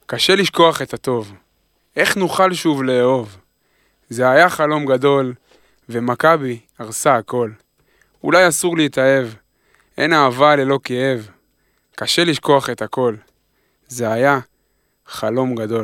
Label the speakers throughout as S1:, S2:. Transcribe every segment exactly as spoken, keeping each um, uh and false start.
S1: קשה לשכוח את הטוב. איך נוכל שוב לאהוב? זה היה חלום גדול, ומכבי הרסה הכל. אולי אסור להתאהב, אין אהבה ללא כאב. קשה לשכוח את הכל. זה היה חלום גדול.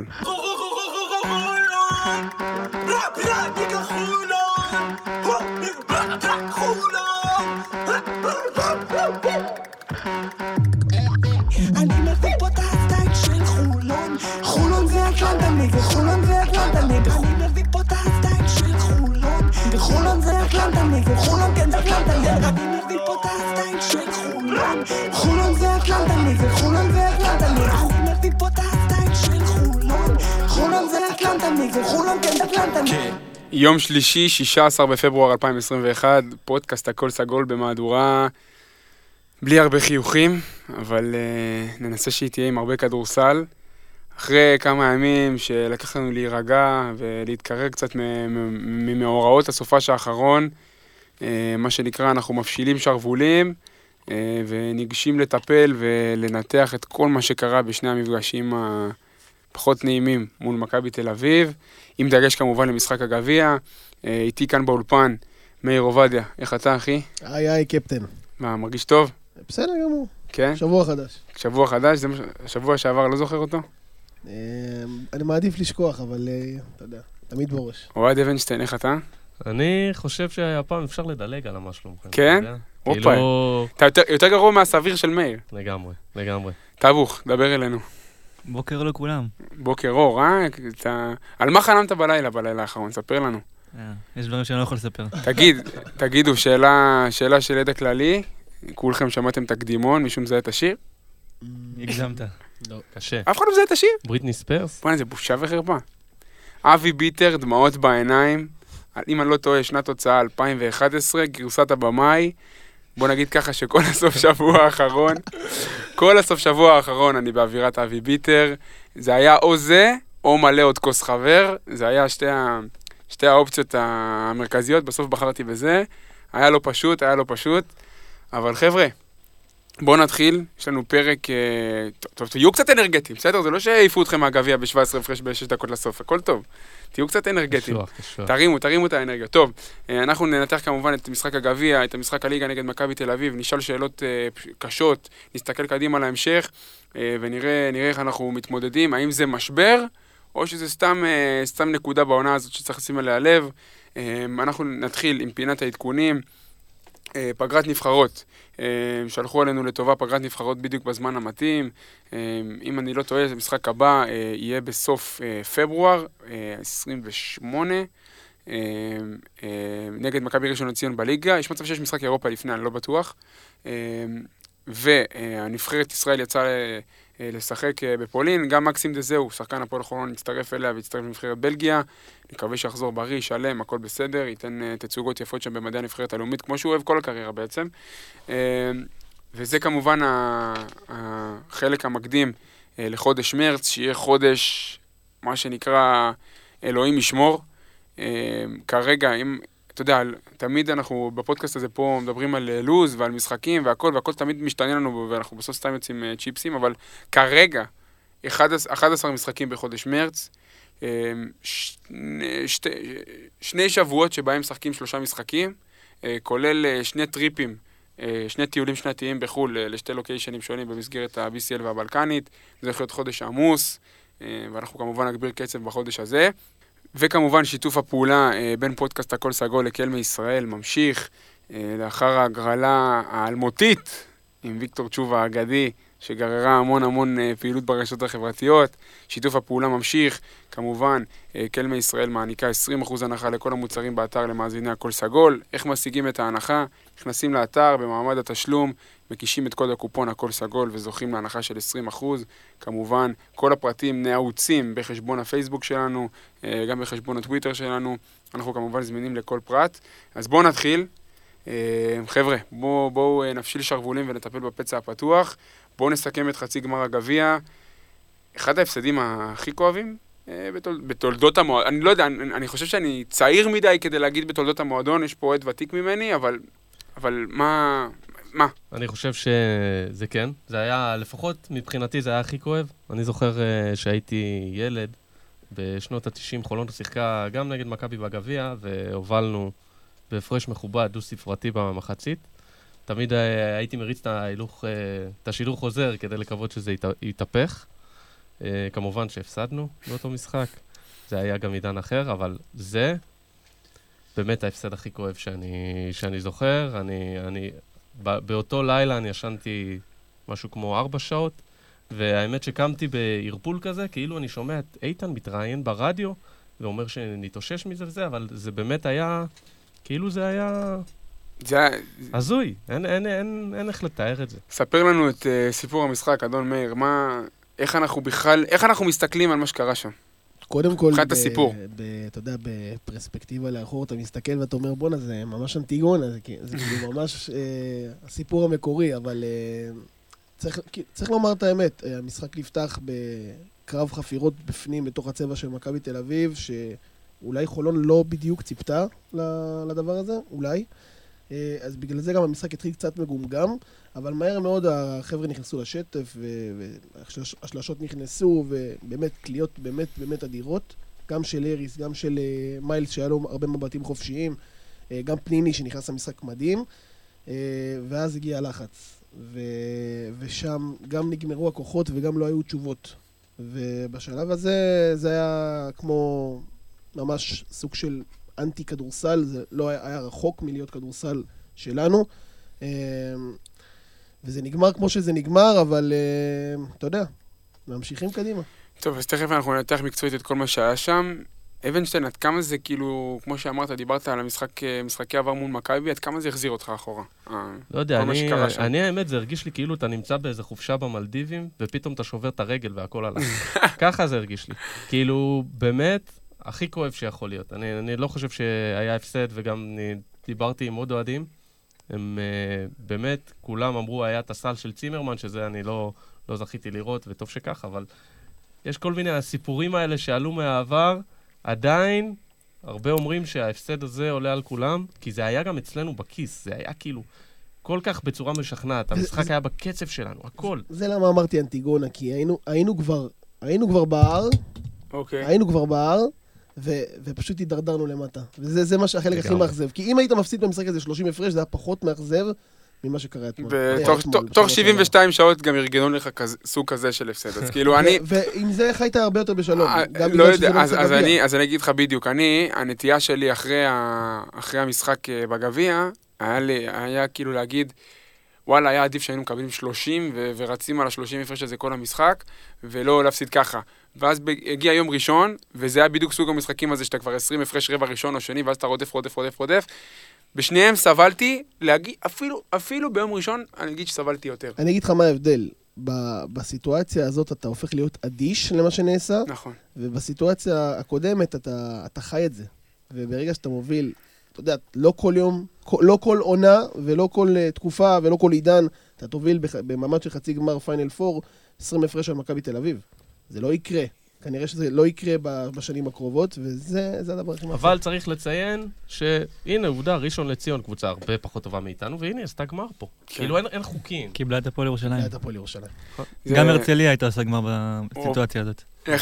S2: אני מביא פה את הסטייל של חולון, חולון זה אטלנטה נגד, חולון זה אטלנטה נגד, אני מביא פה את הסטייל של חולון, חולון זה אטלנטה נגד, חולון כן זה אטלנטה נגד, אני מביא פה את הסטייל של חולון, חולון זה אטלנטה נגד, חולון זה אטלנטה נגד, אני מביא פה את הסטייל של חולון, חולון זה אטלנטה נגד, חולון כן זה אטלנטה נגד.
S1: יום שלישי, שישה עשר בפברואר אלפיים עשרים ואחת, פודקאסט הכל סגול במהדורה בלי הרבה חיוכים, אבל uh, ננסה שהיא תהיה עם הרבה כדורסל. אחרי כמה ימים שלקח לנו להירגע ולהתקרר קצת ממאורעות הסופש האחרון, uh, מה שנקרא, אנחנו מפשילים שרבולים, uh, וניגשים לטפל ולנתח את כל מה שקרה בשני המפגשים הפחות נעימים מול מכבי תל אביב, עם דגש כמובן למשחק הגביע. Uh, איתי כאן באולפן, מאיר עובדיה. איך אתה, אחי?
S3: היי, היי, קפטן.
S1: מה, מרגיש טוב?
S3: בסדר גמור.
S1: כן?
S3: שבוע חדש.
S1: שבוע חדש? זה שבוע שעבר, לא זוכר אותו?
S3: אני מעדיף לשכוח, אבל אתה יודע, תמיד בראש.
S1: אוהד אבנשטיין, איך אתה?
S4: אני חושב שהפעם אפשר לדלג על המשלום.
S1: כן? אופה. אתה יותר גרוע מהסביר של מאיר.
S4: לגמרי, לגמרי.
S1: תבוך, דבר אלינו.
S5: בוקר לכולם.
S1: בוקר אור, אה? על מה חלמת בלילה, בלילה האחרון? ספר לנו.
S5: יש דברים שאני לא יכול לספר.
S1: תגיד, תגידו, שאלה של ידע כללי, כולכם שמעתם את הקדימון, מישהו מזהה את השיר?
S5: הגזמת.
S4: לא, קשה.
S1: אף אחד לא מזהה את השיר?
S4: בריטני ספירס?
S1: בוא'נה, זה בושה וחרפה. אבי ביטר, דמעות בעיניים, אם אני לא טועה, שנת הוצאה אלפיים ואחת עשרה, גרסת הבמאי, בוא נגיד ככה שכל הסוף שבוע האחרון, כל הסוף שבוע האחרון אני באווירת אבי ביטר, זה היה או זה, או מלא עוד כוס חבר, זה היה שתי ה... שתי האופציות המרכזיות, בסוף בחרתי בזה, היה לא פשוט, היה לא פשוט, אבל חבר'ה, בואו נתחיל, יש לנו פרק, טוב, טוב, תהיו קצת אנרגטיים, בסדר? זה לא שהעיפו אתכם מהגביע ב-שבע עשרה הפרש ב-שש דקות לסוף, הכל טוב, תהיו קצת אנרגטיים, תרימו, תרימו את האנרגיה. טוב, אנחנו ננתח כמובן את משחק הגביע, את המשחק הליגה נגד מכבי תל אביב, נשאל שאלות קשות, נסתכל קדימה להמשך, ונראה נראה איך אנחנו מתמודדים, האם זה משבר, או שזה סתם, סתם נקודה בעונה הזאת שצריך לשים עליה לב. אנחנו נתחיל עם פינת העדכונים, פגרת נבחרות. שלחו עלינו לטובה פגרת נבחרות בדיוק בזמן המתאים. אם אני לא טועה, המשחק הבא יהיה בסוף פברואר עשרים ושמונה, נגד מכבי ראשון לציון בליגה. יש מצב שיש משחק אירופה לפני, אני לא בטוח. והנבחרת ישראל יצאה לשחק בפולין, גם מקסים דזהו, שחקן הפועל חולון, יצטרף אליה ויצטרף לנבחרת בלגיה, נקווה שיחזור בריא, שלם, הכל בסדר, ייתן תצוגות יפות שם במדעי הנבחרת הלאומית, כמו שהוא אוהב כל הקריירה בעצם. וזה כמובן החלק המקדים לחודש מרץ, שיהיה חודש, מה שנקרא, אלוהים ישמור. כרגע, אם... אתה יודע, תמיד אנחנו בפודקאסט הזה פה מדברים על לוז ועל משחקים והכל, והכל תמיד משתנה לנו, ואנחנו בסוף סתם יוצאים צ'יפסים, אבל כרגע, אחד עשר משחקים בחודש מרץ, שני, שתי, שני שבועות שבהם משחקים שלושה משחקים, כולל שני טריפים, שני טיולים שנתיים בחול לשתי לוקיישנים שונים במסגרת ה-בי סי אל והבלקנית, זה יכול להיות חודש עמוס, ואנחנו כמובן נגביר קצב בחודש הזה. וכמובן שיתוף הפעולה בין פודקאסט הכל סגול לקהל מישראל ממשיך לאחר ההגרלה האלמותית עם ויקטור תשובה האגדי שגררה המון המון פעילות ברשתות החברתיות. שיתוף הפעולה ממשיך, כמובן קהל מישראל מעניקה עשרים אחוז הנחה לכל המוצרים באתר למאזיני הכל סגול. איך משיגים את ההנחה? נכנסים לאתר במעמד התשלום, מקישים את קוד הקופון הכל סגול וזוכים להנחה של עשרים אחוז. כמובן, כל הפרטים נעוצים בחשבון הפייסבוק שלנו, גם בחשבון הטוויטר שלנו. אנחנו כמובן זמינים לכל פרט. אז בואו נתחיל. חבר'ה, בואו בוא נפשיל שרבולים ונטפל בפצע הפתוח. בואו נסכם את חצי גמר הגביע. אחד ההפסדים הכי כואבים בתול, בתולדות המועדון. אני לא יודע, אני, אני חושב שאני צעיר מדי כדי להגיד בתולדות המועדון, יש פה עד ותיק ממני, אבל, אבל מה... מה?
S4: אני חושב שזה כן. זה היה, לפחות מבחינתי זה היה הכי כואב. אני זוכר uh, שהייתי ילד, בשנות ה-תשעים חולון שיחקה גם נגד מכבי בגביע, והובלנו בהפרש מכובד, דו-ספרתי במחצית. תמיד uh, הייתי מריץ את ההילוך, uh, את השידור חוזר כדי לקוות שזה ית, יתהפך. Uh, כמובן שהפסדנו באותו משחק. זה היה גם עידן אחר, אבל זה באמת ההפסד הכי כואב שאני, שאני זוכר. אני, אני, באותו לילה אני ישנתי משהו כמו ארבע שעות, והאמת שקמתי בערפול כזה, כאילו אני שומע את איתן מתראיין ברדיו, ואומר שנתאושש מזה וזה, אבל זה באמת היה, כאילו זה היה
S1: זה...
S4: הזוי, אין, אין, אין, אין איך לתאר את זה.
S1: ספר לנו את uh, סיפור המשחק, אדון מאיר, מה, איך אנחנו בכלל, איך אנחנו מסתכלים על מה שקרה שם?
S3: קודם כל,
S1: מבחינת הסיפור.
S3: ב, אתה יודע, בפרספקטיבה לאחור, אתה מסתכל ואתה אומר, בונה, זה ממש אנטיגונה, זה, זה כאילו ממש אה, הסיפור המקורי, אבל אה, צריך, צריך לומר את האמת, המשחק נפתח בקרב חפירות בפנים, בתוך הצבע של מכבי תל אביב, שאולי חולון לא בדיוק ציפתה לדבר הזה, אולי. אה, אז בגלל זה גם המשחק התחיל קצת מגומגם, אבל מהר מאוד החבר'ה נכנסו לשטף, והשלשות נכנסו, ובאמת קליות באמת באמת אדירות, גם של אריס, גם של מיילס, שהיה לו הרבה מבטים חופשיים, גם פניני שנכנס למשחק מדהים, ואז הגיע הלחץ, ושם גם נגמרו הכוחות וגם לא היו תשובות. ובשלב הזה זה היה כמו ממש סוג של אנטי כדורסל, זה לא היה, היה רחוק מלהיות כדורסל שלנו, וזה נגמר כמו שזה נגמר, אבל uh, אתה יודע, ממשיכים קדימה.
S1: טוב, אז תכף אנחנו נתח מקצועית את כל מה שהיה שם. אבנשטיין, עד כמה זה כאילו, כמו שאמרת, דיברת על המשחק, משחקי עבר מול מכבי, עד כמה זה החזיר אותך אחורה?
S4: לא יודע, אני, אני האמת, זה הרגיש לי כאילו אתה נמצא באיזה חופשה במלדיבים, ופתאום אתה שובר את הרגל והכל עליך. ככה זה הרגיש לי. כאילו, באמת, הכי כואב שיכול להיות. אני, אני לא חושב שהיה הפסד, וגם דיברתי עם עוד אוהדים. הם uh, באמת, כולם אמרו, היה את הסל של צימרמן, שזה אני לא, לא זכיתי לראות, וטוב שכך, אבל יש כל מיני הסיפורים האלה שעלו מהעבר, עדיין, הרבה אומרים שההפסד הזה עולה על כולם, כי זה היה גם אצלנו בכיס, זה היה כאילו כל כך בצורה משכנעת, המשחק זה, היה בקצב שלנו, הכל.
S3: זה למה אמרתי אנטיגונה, כי היינו, היינו כבר, היינו כבר בהר,
S1: אוקיי.
S3: היינו כבר בהר, ו- ופשוט הידרדרנו למטה. וזה זה מה שהחלק הכי מאכזב. כי אם היית מפסיד במשחק הזה שלושים הפרש, זה היה פחות מאכזב ממה שקרה אתמול.
S1: תוך שבעים ושתיים שעות גם ארגנו לך סוג כזה של הפסד. אז כאילו אני...
S3: ועם זה איך היית הרבה יותר בשלום.
S1: לא יודע, אז אני אגיד לך בדיוק. אני, הנטייה שלי אחרי המשחק בגביע, היה כאילו להגיד, וואלה, היה עדיף שהיינו מקבלים שלושים ורצים על ה-שלושים הפרש הזה כל המשחק, ולא להפסיד ככה. ואז הגיע יום ראשון, וזה היה בדיוק סוג המשחקים הזה, שאתה כבר עשרים הפרש רבע ראשון או שני, ואז אתה רודף, רודף, רודף, רודף. בשניהם סבלתי, להגיד, אפילו, אפילו ביום ראשון, אני אגיד שסבלתי יותר.
S3: אני אגיד לך מה ההבדל. בסיטואציה הזאת אתה הופך להיות אדיש למה שנעשה.
S1: נכון.
S3: ובסיטואציה הקודמת אתה, אתה חי את זה. וברגע שאתה מוביל, אתה יודע, לא כל יום, לא כל עונה, ולא כל תקופה, ולא כל עידן, אתה תוביל במעמד של חצי גמר פיינל פור, עשרים הפרש על מכבי תל אביב. זה לא יקרה. כנראה שזה לא יקרה בשנים הקרובות, וזה זה הדבר הכי
S4: אבל צריך לציין שהנה, עובדה, ראשון לציון, קבוצה הרבה פחות טובה מאיתנו, והנה, עשתה גמר פה. כאילו אין חוקים.
S5: קיבלה את הפועל ירושלים.
S3: קיבלה את הפועל ירושלים.
S5: גם הרצליה הייתה עושה גמר בסיטואציה הזאת.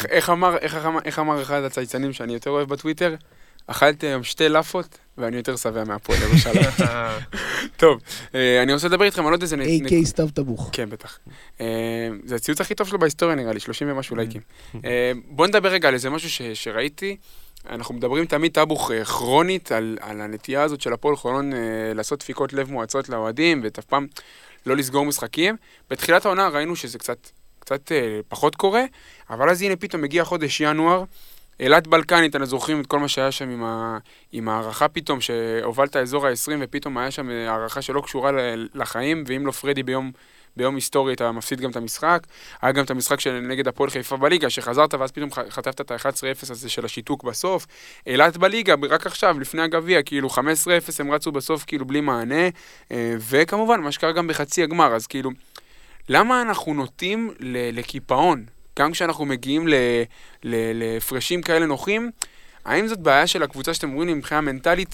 S1: איך אמר אחד הצייצנים שאני יותר אוהב בטוויטר? אכלתי היום שתי לפות, ואני יותר שבע מהפועל ירושלים. טוב, אני רוצה לדבר איתכם על עוד איזה...
S3: איי קיי סתיו טבוך.
S1: כן, בטח. זה הציוץ הכי טוב שלו בהיסטוריה, נראה לי, שלושים ומשהו לייקים. בוא נדבר רגע על איזה משהו שראיתי. אנחנו מדברים תמיד טבוך כרונית על הנטייה הזאת של הפועל חולון לעשות דפיקות לב מועצות לאוהדים, ואף פעם לא לסגור משחקים. בתחילת העונה ראינו שזה קצת פחות קורה, אבל אז הנה פתאום מגיע חודש ינואר, אילת בלקנית, אנחנו זוכרים את כל מה שהיה שם עם, ה... עם הערכה פתאום, שהובלת האזור ה-עשרים, ופתאום היה שם הערכה שלא קשורה לחיים, ואם לא פרדי ביום, ביום היסטורי, אתה מפסיד גם את המשחק. היה גם את המשחק של נגד הפועל חיפה בליגה, שחזרת ואז פתאום חטפת את ה-אחד עשר אפס הזה של השיתוק בסוף. אילת בליגה, רק עכשיו, לפני הגביע, כאילו חמש עשרה אפס הם רצו בסוף כאילו בלי מענה, וכמובן, מה שקרה גם בחצי הגמר, אז כאילו, למה אנחנו נוטים לקיפאון? גם כשאנחנו מגיעים לפרשים כאלה נוחים, האם זאת בעיה של הקבוצה שאתם אומרים לי מבחינה מנטלית,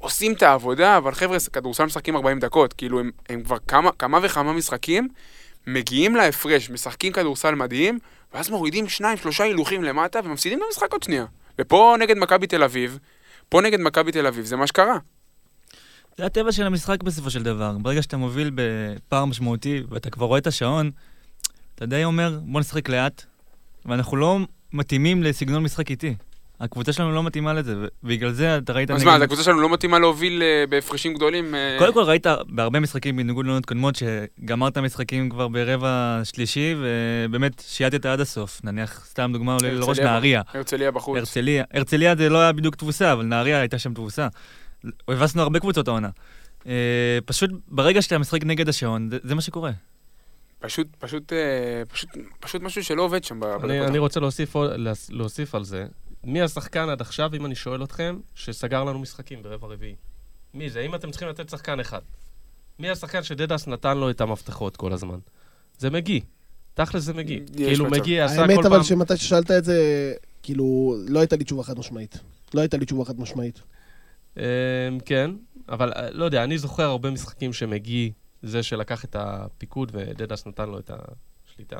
S1: עושים את העבודה, אבל חבר'ה, כדורסל משחקים ארבעים דקות, כאילו הם, הם כבר כמה, כמה וכמה משחקים, מגיעים להפרש, משחקים כדורסל מדהים, ואז מורידים שניים, שלושה הילוכים למטה, ומפסידים במשחק עוד שנייה. ופה נגד מכבי תל אביב, פה נגד מכבי תל אביב, זה מה שקרה.
S5: זה הטבע של המשחק בסופו של דבר. ברגע שאתה מוביל בפער משמעותי, ואתה כבר רואה את השעון, אתה די אומר, בוא נשחק לאט, ואנחנו לא מתאימים לסגנון משחק איתי. הקבוצה שלנו לא מתאימה לזה, ובגלל זה אתה ראית...
S1: אז מה, הקבוצה שלנו לא מתאימה להוביל בהפרשים גדולים?
S5: קודם כל ראית בהרבה משחקים בניגוד לעונות קודמות, שגמרת משחקים כבר ברבע שלישי, ובאמת שייטת עד הסוף. נניח, סתם דוגמה עולה לראש נהריה.
S1: הרצליה בחוץ.
S5: הרצליה. הרצליה זה לא היה בדיוק תבוסה, אבל נהריה הייתה שם תבוסה. הבסנו הרבה קבוצות העונה. פשוט ברגע שאתה משחק נגד השעון, זה מה שקורה.
S1: פשוט, פשוט, פשוט, פשוט משהו שלא עובד שם.
S4: אני רוצה להוסיף, להוסיף על זה. מי השחקן עד עכשיו, אם אני שואל אתכם, שסגר לנו משחקים ברבע רביעי? מי זה? אם אתם צריכים לתת שחקן אחד. מי השחקן שדדס נתן לו את המפתחות כל הזמן? זה מגי. תכל'ס זה מגי. כאילו מגי עשה כל פעם...
S3: האמת אבל שמתי ששאלת את זה, כאילו, לא הייתה לי תשובה חד משמעית. לא הייתה לי תשובה חד משמעית.
S4: כן, אבל לא יודע, אני זוכר הרבה משחקים שמגי זה שלקח את הפיקוד ודדס נתן לו את השליטה.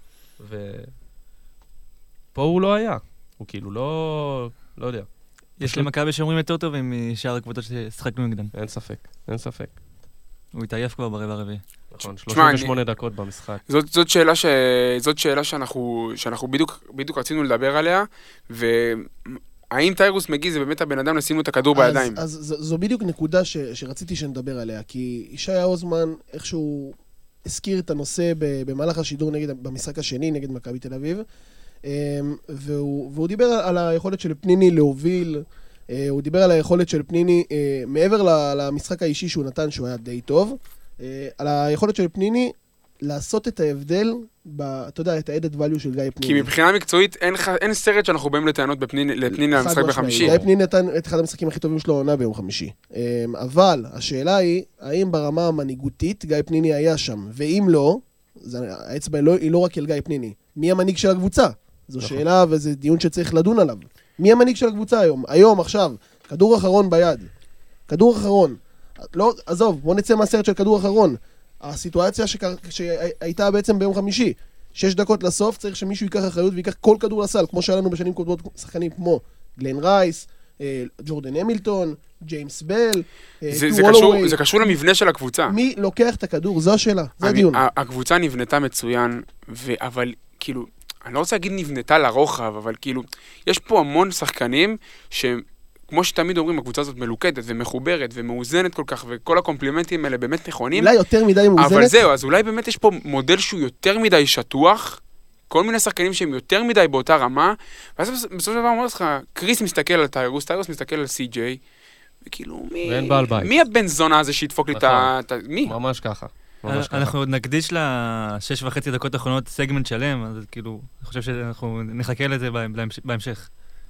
S4: ופה הוא לא היה. הוא כאילו לא... לא יודע.
S5: יש לי מכבי שאומרים יותר טובים משאר הקבוצות ששחקנו נגדן.
S4: אין ספק, אין ספק.
S5: הוא התעייף כבר ברבע הרביעי.
S4: נכון, שלושים ושמונה דקות במשחק.
S1: זאת, זאת שאלה ש... זאת שאלה שאנחנו, שאנחנו בדיוק, בדיוק רצינו לדבר עליה, והאם טיירוס מגי זה באמת הבן אדם לשים לו את הכדור
S3: אז,
S1: בידיים?
S3: אז זו, זו בדיוק נקודה ש, שרציתי שנדבר עליה, כי ישי האוזמן איכשהו הזכיר את הנושא במהלך השידור נגד, במשחק השני נגד מכבי תל אביב, והוא, והוא דיבר על היכולת של פניני להוביל, הוא דיבר על היכולת של פניני, מעבר למשחק האישי שהוא נתן, שהוא היה די טוב, על היכולת של פניני לעשות את ההבדל, אתה יודע, את ה-added value של גיא פניני.
S1: כי מבחינה מקצועית אין, אין סרט שאנחנו באים לטענות בפניני, לפניני למשחק בחמישי.
S3: גיא פניני נתן את אחד המשחקים הכי טובים שלו עונה ביום חמישי. אבל השאלה היא, האם ברמה המנהיגותית גיא פניני היה שם? ואם לא, האצבע היא לא רק אל גיא פניני. מי המנהיג של הקבוצה? זו שאלה וזה דיון שצריך לדון עליו. מי המנהיג של הקבוצה היום? היום, עכשיו, כדור אחרון ביד. כדור אחרון. לא, עזוב, בוא נצא מהסרט של כדור אחרון. הסיטואציה שהייתה בעצם ביום חמישי. שש דקות לסוף, צריך שמישהו ייקח אחריות ויקח כל כדור לסל, כמו שהיה לנו בשנים קודמות שחקנים כמו גלן רייס, ג'ורדן המילטון, ג'יימס בל,
S1: זה, זה, קשור, זה קשור למבנה של הקבוצה.
S3: מי לוקח את הכדור? זו השאלה, זה הדיון.
S1: הקבוצה נבנתה מצוין, ו- אבל כאילו, אני לא רוצה להגיד נבנתה לרוחב, אבל כאילו, יש פה המון שחקנים שכמו שתמיד אומרים, הקבוצה הזאת מלוכדת ומחוברת ומאוזנת כל כך, וכל הקומפלימנטים האלה באמת נכונים.
S3: אולי יותר מדי מאוזנת.
S1: אבל זהו, אז אולי באמת יש פה מודל שהוא יותר מדי שטוח, כל מיני שחקנים שהם יותר מדי באותה רמה, ואז בסופו של דבר אומר לך, קריס מסתכל על טיירוס, טיירוס מסתכל על סי-ג'יי, וכאילו, מי...
S4: ואין בעל בית.
S1: מי הבן זונה הזה שידפוק לי את ה... מי?
S4: ממש ככה.
S5: אנחנו עוד נקדיש לשש וחצי דקות האחרונות סגמנט שלם, אז כאילו, אני חושב שאנחנו נחכה לזה בהמשך.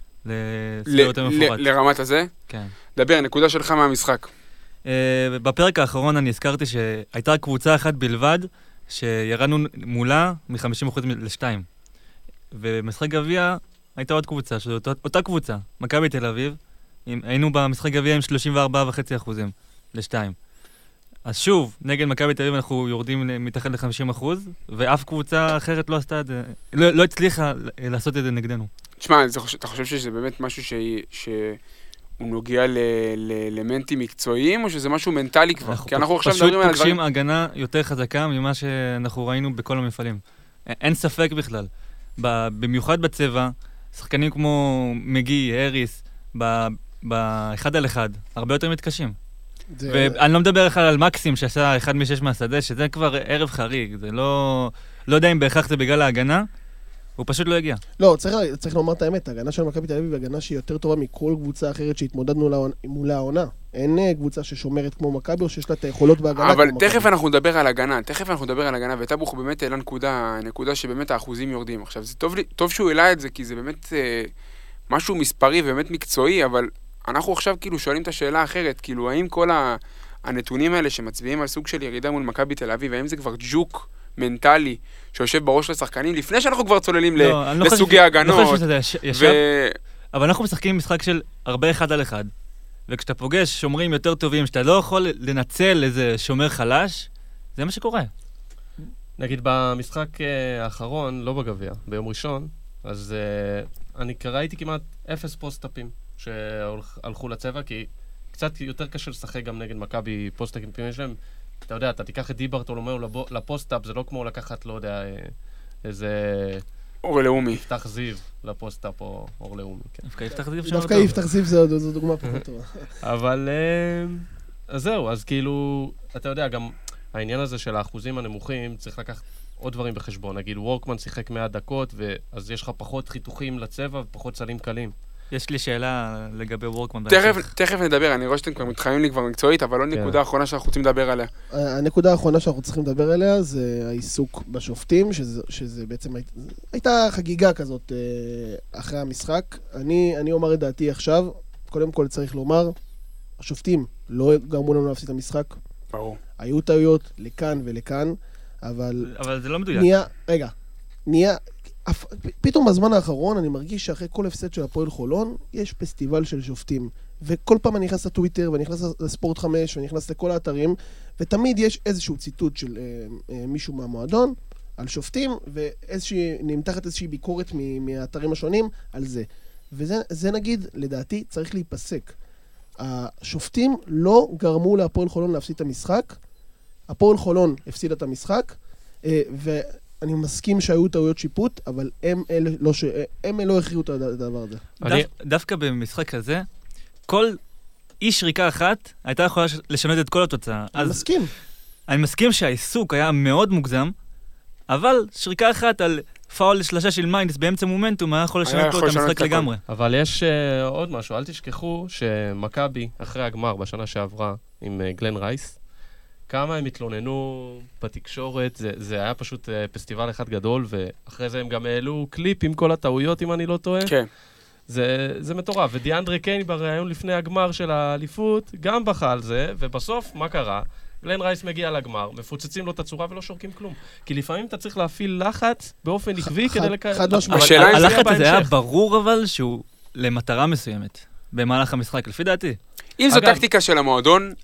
S1: לרמת הזה?
S5: כן.
S1: דבר, נקודה שלך מהמשחק.
S5: בפרק האחרון אני הזכרתי שהייתה קבוצה אחת בלבד, שירדנו מולה מ-חמישים אחוז ל-שתיים. ובמשחק גביע הייתה עוד קבוצה, שזו אותה קבוצה, מכבי תל אביב, היינו במשחק גביע עם שלושים וארבעה נקודה חמש אחוז ל-שתיים. אז שוב, נגד מכבי תל אביב אנחנו יורדים מתחת ל-חמישים אחוז, ואף קבוצה אחרת לא עשתה את זה, לא, לא הצליחה לעשות את זה נגדנו.
S1: תשמע, אתה חושב שזה באמת משהו שהוא נוגע לאלמנטים מקצועיים, או שזה משהו מנטלי כבר? כי אנחנו עכשיו מדברים על הדברים...
S5: פשוט פוגשים הגנה יותר חזקה ממה שאנחנו ראינו בכל המפעלים. אין ספק בכלל. במיוחד בצבע, שחקנים כמו מגי, אריס, באחד על אחד, הרבה יותר מתקשים. ואני לא מדבר אחד על מקסים שעשה אחד משש מהשדה, שזה כבר ערב חריג, זה לא... לא יודע אם בהכרח זה בגלל ההגנה, הוא פשוט לא הגיע.
S3: לא, צריך, צריך לומר את האמת, ההגנה של מכבי תל אביב היא הגנה שהיא יותר טובה מכל קבוצה אחרת שהתמודדנו מולה העונה. אין קבוצה ששומרת כמו מכבי או שיש לה את היכולות בהגנה.
S1: אבל תכף אנחנו נדבר על הגנה, תכף אנחנו נדבר על הגנה, וטבוך באמת העלה נקודה, נקודה שבאמת האחוזים יורדים. עכשיו, זה טוב, טוב שהוא העלה את זה, כי זה באמת אה, משהו מספרי ובאמת מקצועי, אבל אנחנו עכשיו כאילו שואלים את השאלה האחרת, כאילו, האם כל הנתונים האלה שמצביעים על סוג של ירידה מול מכבי תל אביב, האם זה כבר ג'וק מנטלי שיושב בראש לשחקנים, לפני שאנחנו כבר צוללים
S5: לא,
S1: לסוגי ההגנות.
S5: לא חושב שזה ישב, אבל אנחנו משחקים משחק של הרבה אחד על אחד, וכשאתה פוגש שומרים יותר טובים, שאתה לא יכול לנצל איזה שומר חלש, זה מה שקורה.
S4: נגיד במשחק האחרון, לא בגביע, ביום ראשון, אז uh, אני ראיתי כמעט אפס פוסט-אפים שהלכו לצבע, כי קצת יותר קשה לשחק גם נגד מכבי פוסט-אפים שלהם. אתה יודע, אתה תיקח את דיברט או לומר לפוסט-אפ, זה לא כמו לקחת, לא יודע, איזה...
S1: אור לאומי.
S4: יפתח זיו לפוסט-אפ או אור לאומי.
S5: דווקא יפתח זיו שם.
S3: דווקא יפתח זיו זו דוגמה פחות טובה.
S4: אבל אז זהו, אז כאילו, אתה יודע, גם העניין הזה של האחוזים הנמוכים, צריך לקחת עוד דברים בחשבון. נגיד, וורקמן שיחק מאה דקות, ואז יש לך פחות חיתוכים לצבע ופחות סלים קלים.
S5: יש לי שאלה לגבי וורקמן.
S1: תכף נדבר, אני רואה שאתם כבר מתחייבים לי כבר מקצועית, אבל לא נקודה האחרונה שאנחנו רוצים לדבר עליה.
S3: הנקודה האחרונה שאנחנו צריכים לדבר עליה זה העיסוק בשופטים, שזה בעצם הייתה חגיגה כזאת אחרי המשחק. אני אומר את דעתי עכשיו, קודם כל צריך לומר, השופטים לא גרמו לנו להפסיד את המשחק.
S1: ברור.
S3: היו טעויות לכאן ולכאן, אבל...
S5: אבל זה לא מדויק.
S3: נהיה, רגע, נהיה... פתאום בזמן האחרון אני מרגיש שאחרי כל הפסד של הפועל חולון יש פסטיבל של שופטים, וכל פעם אני נכנס לטוויטר ואני נכנס לספורט חמש ואני נכנס לכל האתרים, ותמיד יש איזשהו ציטוט של אה, אה, מישהו מהמועדון על שופטים, ונמתחת איזושהי ביקורת מהאתרים השונים על זה. וזה זה נגיד, לדעתי, צריך להיפסק. השופטים לא גרמו להפועל חולון להפסיד את המשחק, הפועל חולון הפסיד את המשחק, אה, ו... אני מסכים שהיו טעויות שיפוט, אבל הם אלה לא, ש... הם לא הכריעו את הדבר הזה.
S5: אני... דווקא במשחק הזה, כל אי שריקה אחת הייתה יכולה לשנות את כל התוצאה.
S3: אני
S5: אז...
S3: מסכים.
S5: אני מסכים שהעיסוק היה מאוד מוגזם, אבל שריקה אחת על פאול לשלושה של מיינדס באמצע מומנטום היה יכול לשנות פה את המשחק לגמרי.
S4: אבל יש uh, עוד משהו, אל תשכחו שמכבי אחרי הגמר בשנה שעברה עם uh, גלן רייס, כמה הם התלוננו בתקשורת, זה, זה היה פשוט uh, פסטיבל אחד גדול, ואחרי זה הם גם העלו קליפ עם כל הטעויות, אם אני לא טועה.
S1: כן.
S4: זה, זה מטורף. ודיאנדרה קיין בראיון לפני הגמר של האליפות, גם בכה על זה, ובסוף, מה קרה? גלן רייס מגיע לגמר, מפוצצים לו את הצורה ולא שורקים כלום. כי לפעמים אתה צריך להפעיל לחץ באופן עקבי כדי לקיים...
S3: חד משמעית.
S5: הלחץ הזה היה ברור אבל שהוא למטרה מסוימת, במהלך המשחק, לפי דעתי.
S1: אם זו טקטיקה של המועדון,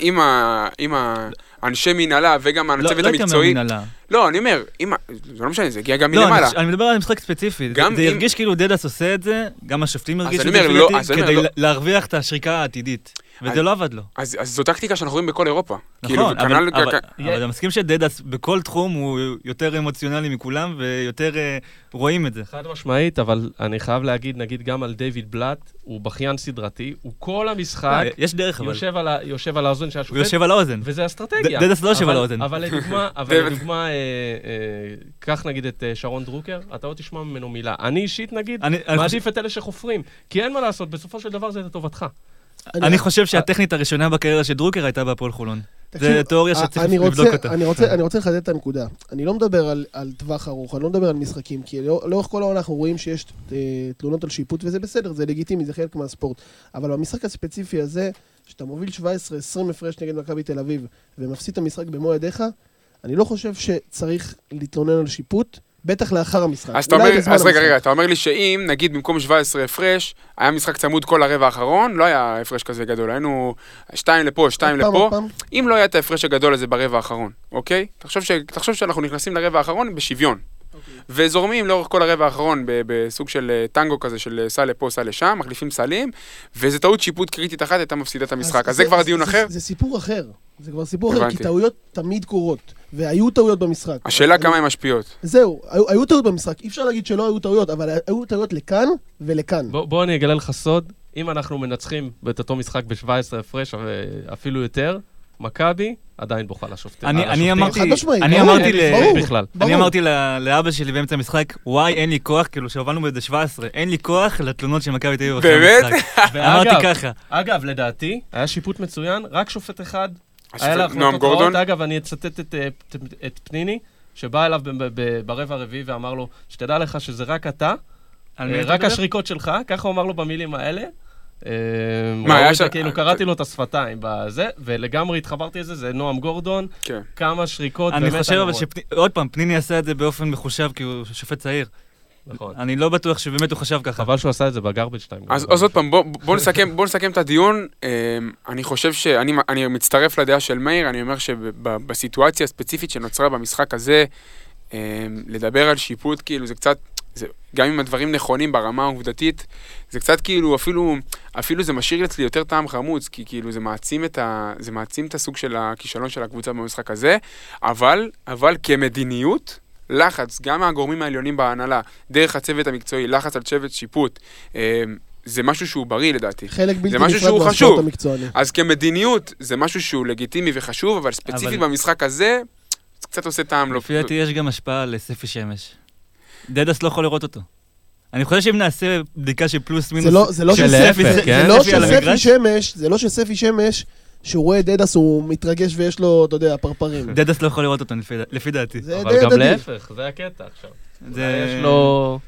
S1: עם האנשי מנהלה וגם הצוות המקצועי...
S5: לא, לא הייתה מנהלה.
S1: לא, אני אומר, זה לא משנה, זה הגיע גם מלמעלה.
S5: לא, אני מדבר על משחק ספציפי. זה הרגיש כאילו דדס עושה את זה, גם השופטים הרגישו את זה, כדי להרוויח את השריקה העתידית. וזה לא עבד לו.
S1: אז זו טקטיקה שאנחנו רואים בכל אירופה.
S5: נכון, אבל אני מסכים שדדס בכל תחום הוא יותר אמוציונלי מכולם, ויותר רואים את זה.
S4: חד משמעית, אבל אני חייב להגיד, נגיד גם על דיוויד בלאט, הוא בכיין סדרתי, הוא כל המשחק...
S5: יש דרך, אבל...
S4: יושב על האוזן של השופט.
S5: הוא יושב על האוזן.
S4: וזה אסטרטגיה.
S5: דדס לא יושב על האוזן.
S4: אבל לדוגמה, קח נגיד את שרון דרוקר, אתה לא תשמע ממנו מילה. אני אישית נגיד, מעדיף את אלה שחופרים, כי אין מה לעשות, בסופו של דבר זה לטובתך.
S5: אני חושב שהטכנית הראשונה בקריירה של דרוקר הייתה בהפועל חולון. זה תיאוריה שצריך לבדוק אותה.
S3: אני רוצה לחדד את הנקודה. אני לא מדבר על טווח ארוך, אני לא מדבר על משחקים, כי לאורך כל העונה אנחנו רואים שיש תלונות על שיפוט, וזה בסדר, זה לגיטימי, זה חלק מהספורט. אבל במשחק הספציפי הזה, שאתה מוביל שבע עשרה עשרים הפרש נגד מכבי תל אביב, ומפסיד את המשחק במו ידיך, אני לא חושב שצריך להתלונן על שיפוט, בטח לאחר המשחק.
S1: אז, אומר, אז רגע, רגע, אתה אומר לי שאם, נגיד, במקום שבע עשרה הפרש, היה משחק צמוד כל הרבע האחרון, לא היה הפרש כזה גדול, היינו שתיים לפה, שתיים לפה, אם לא היה את ההפרש הגדול הזה ברבע האחרון, אוקיי? תחשוב, ש... תחשוב שאנחנו נכנסים לרבע האחרון בשוויון. וזורמים לאורך כל הרבע האחרון בסוג של טנגו כזה של סל לפה, סל לשם, מחליפים סלים, וזו טעות שיפוט קריטית אחת, הייתה מפסידה את המשחק. אז זה כבר דיון אחר?
S3: זה סיפור אחר. זה כבר סיפור אחר, כי טעויות תמיד קורות, והיו טעויות במשחק.
S1: השאלה כמה הן משפיעות.
S3: זהו, היו טעויות במשחק. אי אפשר להגיד שלא היו טעויות, אבל היו טעויות לכאן ולכאן.
S4: בוא אני אגלה לך סוד. אם אנחנו מנצחים את אותו משחק ב-שבע עשרה הפרש, אפילו יותר, מכבי עדיין בוכה לשופטים.
S5: אני אמרתי, אני אמרתי אני אמרתי לאבא שלי באמצע המשחק, וואי, אין לי כוח, כאילו שהובלנו בזה שבע עשרה, אין לי כוח לתלונות של מכבי תל אביב אחרי המשחק. אמרתי ככה.
S4: אגב, לדעתי, היה שיפוט מצוין, רק שופט אחד.
S1: נועם גורדון.
S4: אגב, אני אצטט את פניני, שבא אליו ברבע הרביעי ואמר לו, שתדע לך שזה רק אתה, רק השריקות שלך, ככה הוא אמר לו במילים האלה. מה, היה ש... כאילו קראתי לו את השפתיים בזה, ולגמרי התחברתי לזה, זה נועם גורדון, כמה שריקות באמת...
S5: אני חושב אבל שעוד פעם, פניני עשה את זה באופן מחושב, כי הוא שופט צעיר.
S4: נכון.
S5: אני לא בטוח שבאמת הוא חשב ככה.
S4: חבל שהוא עשה את זה בגרבג' טיים.
S1: אז אז עוד פעם, בוא- בוא נסכם- בוא נסכם את הדיון. אה, אני חושב שאני אני מצטרף לדעה של מאיר, אני אומר שבסיטואציה הספציפית שנוצרה במשחק הזה, אה, לדבר על שיפוט, כאילו זה קצת, זה, גם אם הדברים נכונים ברמה העובדתית, זה קצת כאילו, אפילו, אפילו זה משאיר אצלי יותר טעם חמוץ, כי כאילו זה מעצים את ה, זה מעצים את הסוג של הכישלון של הקבוצה במשחק הזה, אבל, אבל כמדיניות, לחץ, גם מהגורמים העליונים בהנהלה, דרך הצוות המקצועי, לחץ על צוות שיפוט, אה, זה משהו שהוא בריא לדעתי.
S3: חלק בלתי
S1: משהו
S3: נפרד
S1: שהוא
S3: מהספורט
S1: חשוב.
S3: המקצועני.
S1: אז כמדיניות, זה משהו שהוא לגיטימי וחשוב, אבל ספציפית
S5: אבל-
S1: במשחק הזה, זה קצת עושה טעם לא...
S5: לפי דעתי יש גם השפעה לספי שמש. דדס לא יכול לראות אותו. אני חושב שאם נעשה בדיקה של פלוס מינוס...
S3: זה לא- זה לא
S5: של
S3: שספי-
S5: אפס,
S3: זה-
S5: כן?
S3: זה לא
S5: ספי על
S3: שספי
S5: המגרש?
S3: שמש, זה לא שספי שמש, שהוא רואה דדס, הוא מתרגש ויש לו, אתה יודע, פרפרים.
S5: דדס לא יכול לראות אותו לפי- לפי דעתי.
S3: זה
S4: אבל
S3: די
S4: גם
S3: הדדי.
S4: להפך, זה הקטע עכשיו.
S5: זה-
S4: יש לו...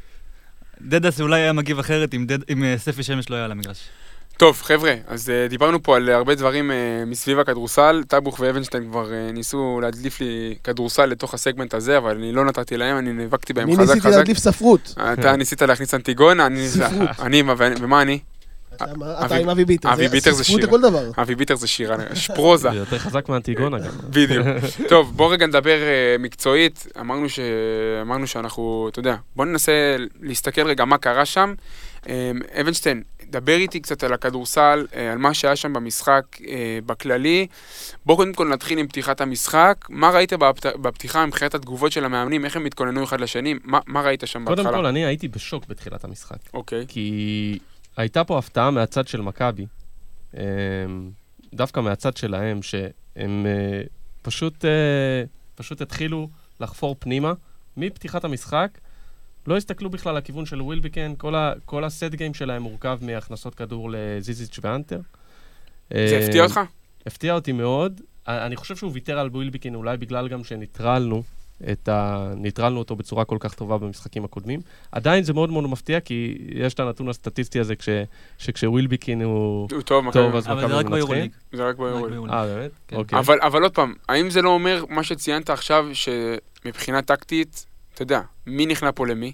S5: דדס אולי היה מגיב אחרת אם דד- אם, אה, ספי שמש לא היה על המגרש.
S1: טוב, חבר'ה, אז uh, דיברנו פה על הרבה דברים uh, מסביב הכדורסל. טבוך ואבנשטיין כבר uh, ניסו להדליף לי כדורסל לתוך הסגמנט הזה, אבל אני לא נתתי להם, אני נאבקתי בהם
S3: אני
S1: חזק
S3: ניסיתי
S1: חזק.
S3: להדליף ספרות.
S1: אתה ניסית להכניס אנטיגונה, אני...
S3: ספרות.
S1: אני, ו- ומה אני?
S3: אתה מה-
S1: אבי-
S3: אתה עם אבי ביטר.
S1: אבי ביטר זה
S3: ספרות
S1: שיר.
S3: לכל דבר.
S1: אבי ביטר זה שיר, שפרוזה.
S4: זה יותר חזק מאנטיגונה גם.
S1: בדיוק. טוב, בוא רגע נדבר uh, מקצועית. אמרנו, ש... אמרנו שאנחנו, אתה יודע, בוא ננסה להסתכל רגע מה קרה שם. Um, אבנשטיין, דבר איתי קצת על הכדורסל, uh, על מה שהיה שם במשחק uh, בכללי. בוא קודם כל נתחיל עם פתיחת המשחק. מה ראית בפת... בפתיחה מבחינת התגובות של המאמנים? איך הם התכוננו אחד לשני? מה, מה ראית שם בהתחלה?
S4: קודם כל, אני הייתי בשוק בתחילת המשחק.
S1: אוקיי.
S4: כי הייתה פה הפתעה מהצד של מכבי, אמ, דווקא מהצד שלהם, שהם אה, פשוט, אה, פשוט התחילו לחפור פנימה. מפתיחת המשחק, לא הסתכלו בכלל לכיוון של ווילביקן, כל, ה, כל הסט גיים שלהם מורכב מהכנסות כדור לזיזיץ' ואנטר.
S1: זה הפתיע אותך?
S4: הפתיע אותי מאוד. אני חושב שהוא ויתר על ווילביקין, אולי בגלל גם שניטרלנו את ה... ניטרלנו אותו בצורה כל כך טובה במשחקים הקודמים. עדיין זה מאוד מאוד מפתיע, כי יש את הנתון הסטטיסטי הזה, כש... שכשווילביקין הוא
S1: הוא טוב,
S4: טוב,
S1: מכבי.
S4: אז
S5: אבל
S4: מכבי
S5: זה רק
S4: מנצחים.
S5: ביורוליג.
S1: זה רק ביורוליג.
S4: אה, באמת?
S5: כן.
S4: אוקיי.
S1: אבל, אבל עוד פעם, האם זה לא אומר מה שציינת עכשיו, שמבחינה טקטית, אתה יודע, מי נכנע פה למי?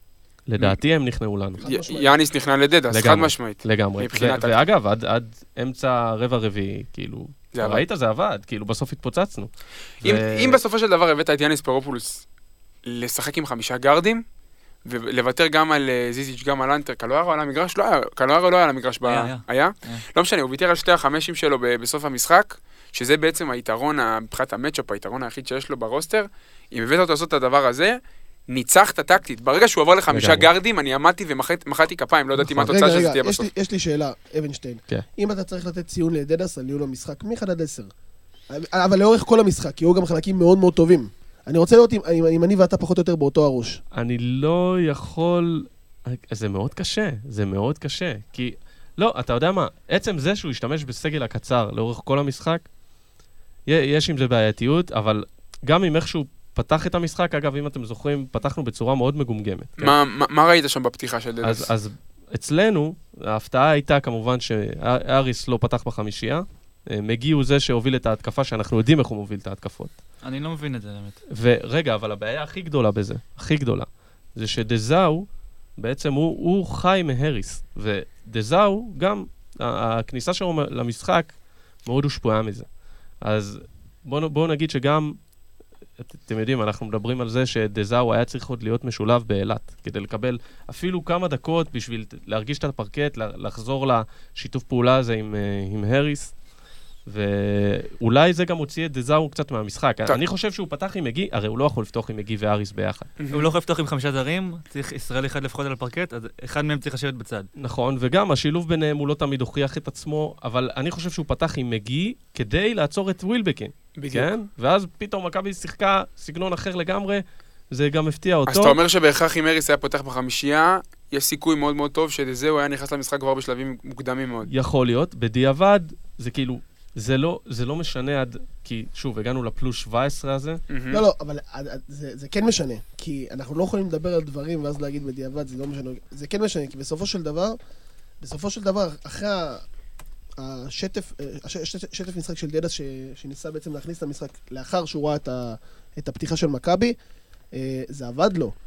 S4: לדעתי הם נכנעו לנו.
S3: חד
S1: י-
S3: משמעית.
S1: יאניס נכנע לדדס, חד
S4: לגמרי.
S1: משמעית.
S4: לגמרי.
S1: מבחינה
S4: ו-
S1: טקטית.
S4: ואגב, עד, עד אמצע רבע רביעי, כאילו,
S1: זה עבד.
S4: ראית, זה עבד, כאילו, בסוף התפוצצנו.
S1: אם,
S4: ו-
S1: אם בסופו של דבר הבאת את יאניס פרופולוס לשחק עם חמישה גארדים, ולוותר גם על אה, זיזיץ' גם על אנטר, קלוארו על המגרש? לא היה, קלוארו לא היה על המגרש. ב-
S5: היה, היה.
S1: היה?
S5: היה.
S1: לא משנה, הוא ויתר על שתי החמשים שלו ב- בסוף המשחק, שזה בעצם היתרון, ה- מבחינת המצ'אפ, היתרון היחיד שיש לו ברוסטר. אם הבאת אותו לעשות את הדבר הזה, ניצחת טקטית. ברגע שהוא עבר לחמישה
S4: לגמרי.
S1: גארדים, אני עמדתי ומחאתי כפיים, לא ידעתי מה
S4: נכון.
S1: התוצאה
S3: רגע,
S1: שזה
S3: רגע,
S1: תהיה
S3: יש
S1: בסוף.
S3: לי- יש לי שאלה, אבנשטיין.
S4: כן.
S3: אם אתה צריך לתת ציון לדדס על ניהול המשחק, מ-אחד עד עשר. אבל לאורך כל המשחק, כי היו גם חלקים מאוד מאוד טובים. אני רוצה לראות אם- אם אם אני ואתה פחות או יותר באותו הראש.
S4: אני לא יכול... זה מאוד קשה, זה מאוד קשה. כי, לא, אתה יודע מה, עצם זה שהוא השתמש בסגל הקצר לאורך כל המשחק, י- יש עם זה בעייתיות, אבל גם עם איך שהוא פתח את המשחק, אגב, אם אתם זוכרים, פתחנו בצורה מאוד מגומגמת. כן?
S1: מה- מה מה ראית שם בפתיחה של דדס?
S4: אז, אז אצלנו, ההפתעה הייתה כמובן שאריס לא פתח בחמישייה, מגי הוא זה שהוביל את ההתקפה, שאנחנו יודעים איך הוא מוביל את ההתקפות.
S5: אני לא מבין את זה, באמת.
S4: ורגע, אבל הבעיה הכי גדולה בזה, הכי גדולה, זה שדזאו, בעצם הוא, הוא חי מהריס, ודזאו, גם ה- הכניסה שלו למשחק מאוד הושפעה מזה. אז בואו בוא נגיד שגם, את, אתם יודעים, אנחנו מדברים על זה שדזאו היה צריך עוד להיות משולב באילת, כדי לקבל אפילו כמה דקות בשביל להרגיש את הפרקט, לחזור לשיתוף פעולה הזה עם, עם הריס, ואולי זה גם הוציא את דזאו קצת מהמשחק.
S1: טוב.
S4: אני חושב שהוא פתח עם מגי, הרי הוא לא יכול לפתוח עם מגי ואריס ביחד.
S5: הוא לא יכול לפתוח עם חמישה זרים, צריך ישראל אחד לפחות על הפרקט, אז אחד מהם צריך לשבת בצד.
S4: נכון, וגם השילוב ביניהם הוא לא תמיד הוכיח את עצמו, אבל אני חושב שהוא פתח עם מגי כדי לעצור את ווילבקין.
S1: בדיוק.
S4: כן? ואז פתאום מכבי שיחקה סגנון אחר לגמרי, זה גם הפתיע אותו.
S1: אז אתה אומר שבהכרח אם אריס היה פותח בחמישייה, יש סיכוי מאוד מאוד טוב שזהו היה נכנס למשחק כבר בשלבים מוקדמים מאוד.
S4: יכול להיות, בדיעבד, זה כאילו, זה לא, זה לא משנה עד, כי שוב, הגענו לפלוס שבע עשרה הזה.
S1: מהמם.
S3: לא, לא, אבל זה זה כן משנה. כי אנחנו לא יכולים לדבר על דברים ואז להגיד בדיעבד, זה לא משנה. זה כן משנה, כי בסופו של דבר, בסופו של דבר, אחרי ה- השטף, הש- שטף שטף משחק של דדס ש- שניסה בעצם להכניס את המשחק לאחר שהוא ראה את ה- את הפתיחה של מכבי, אה, זה עבד לו.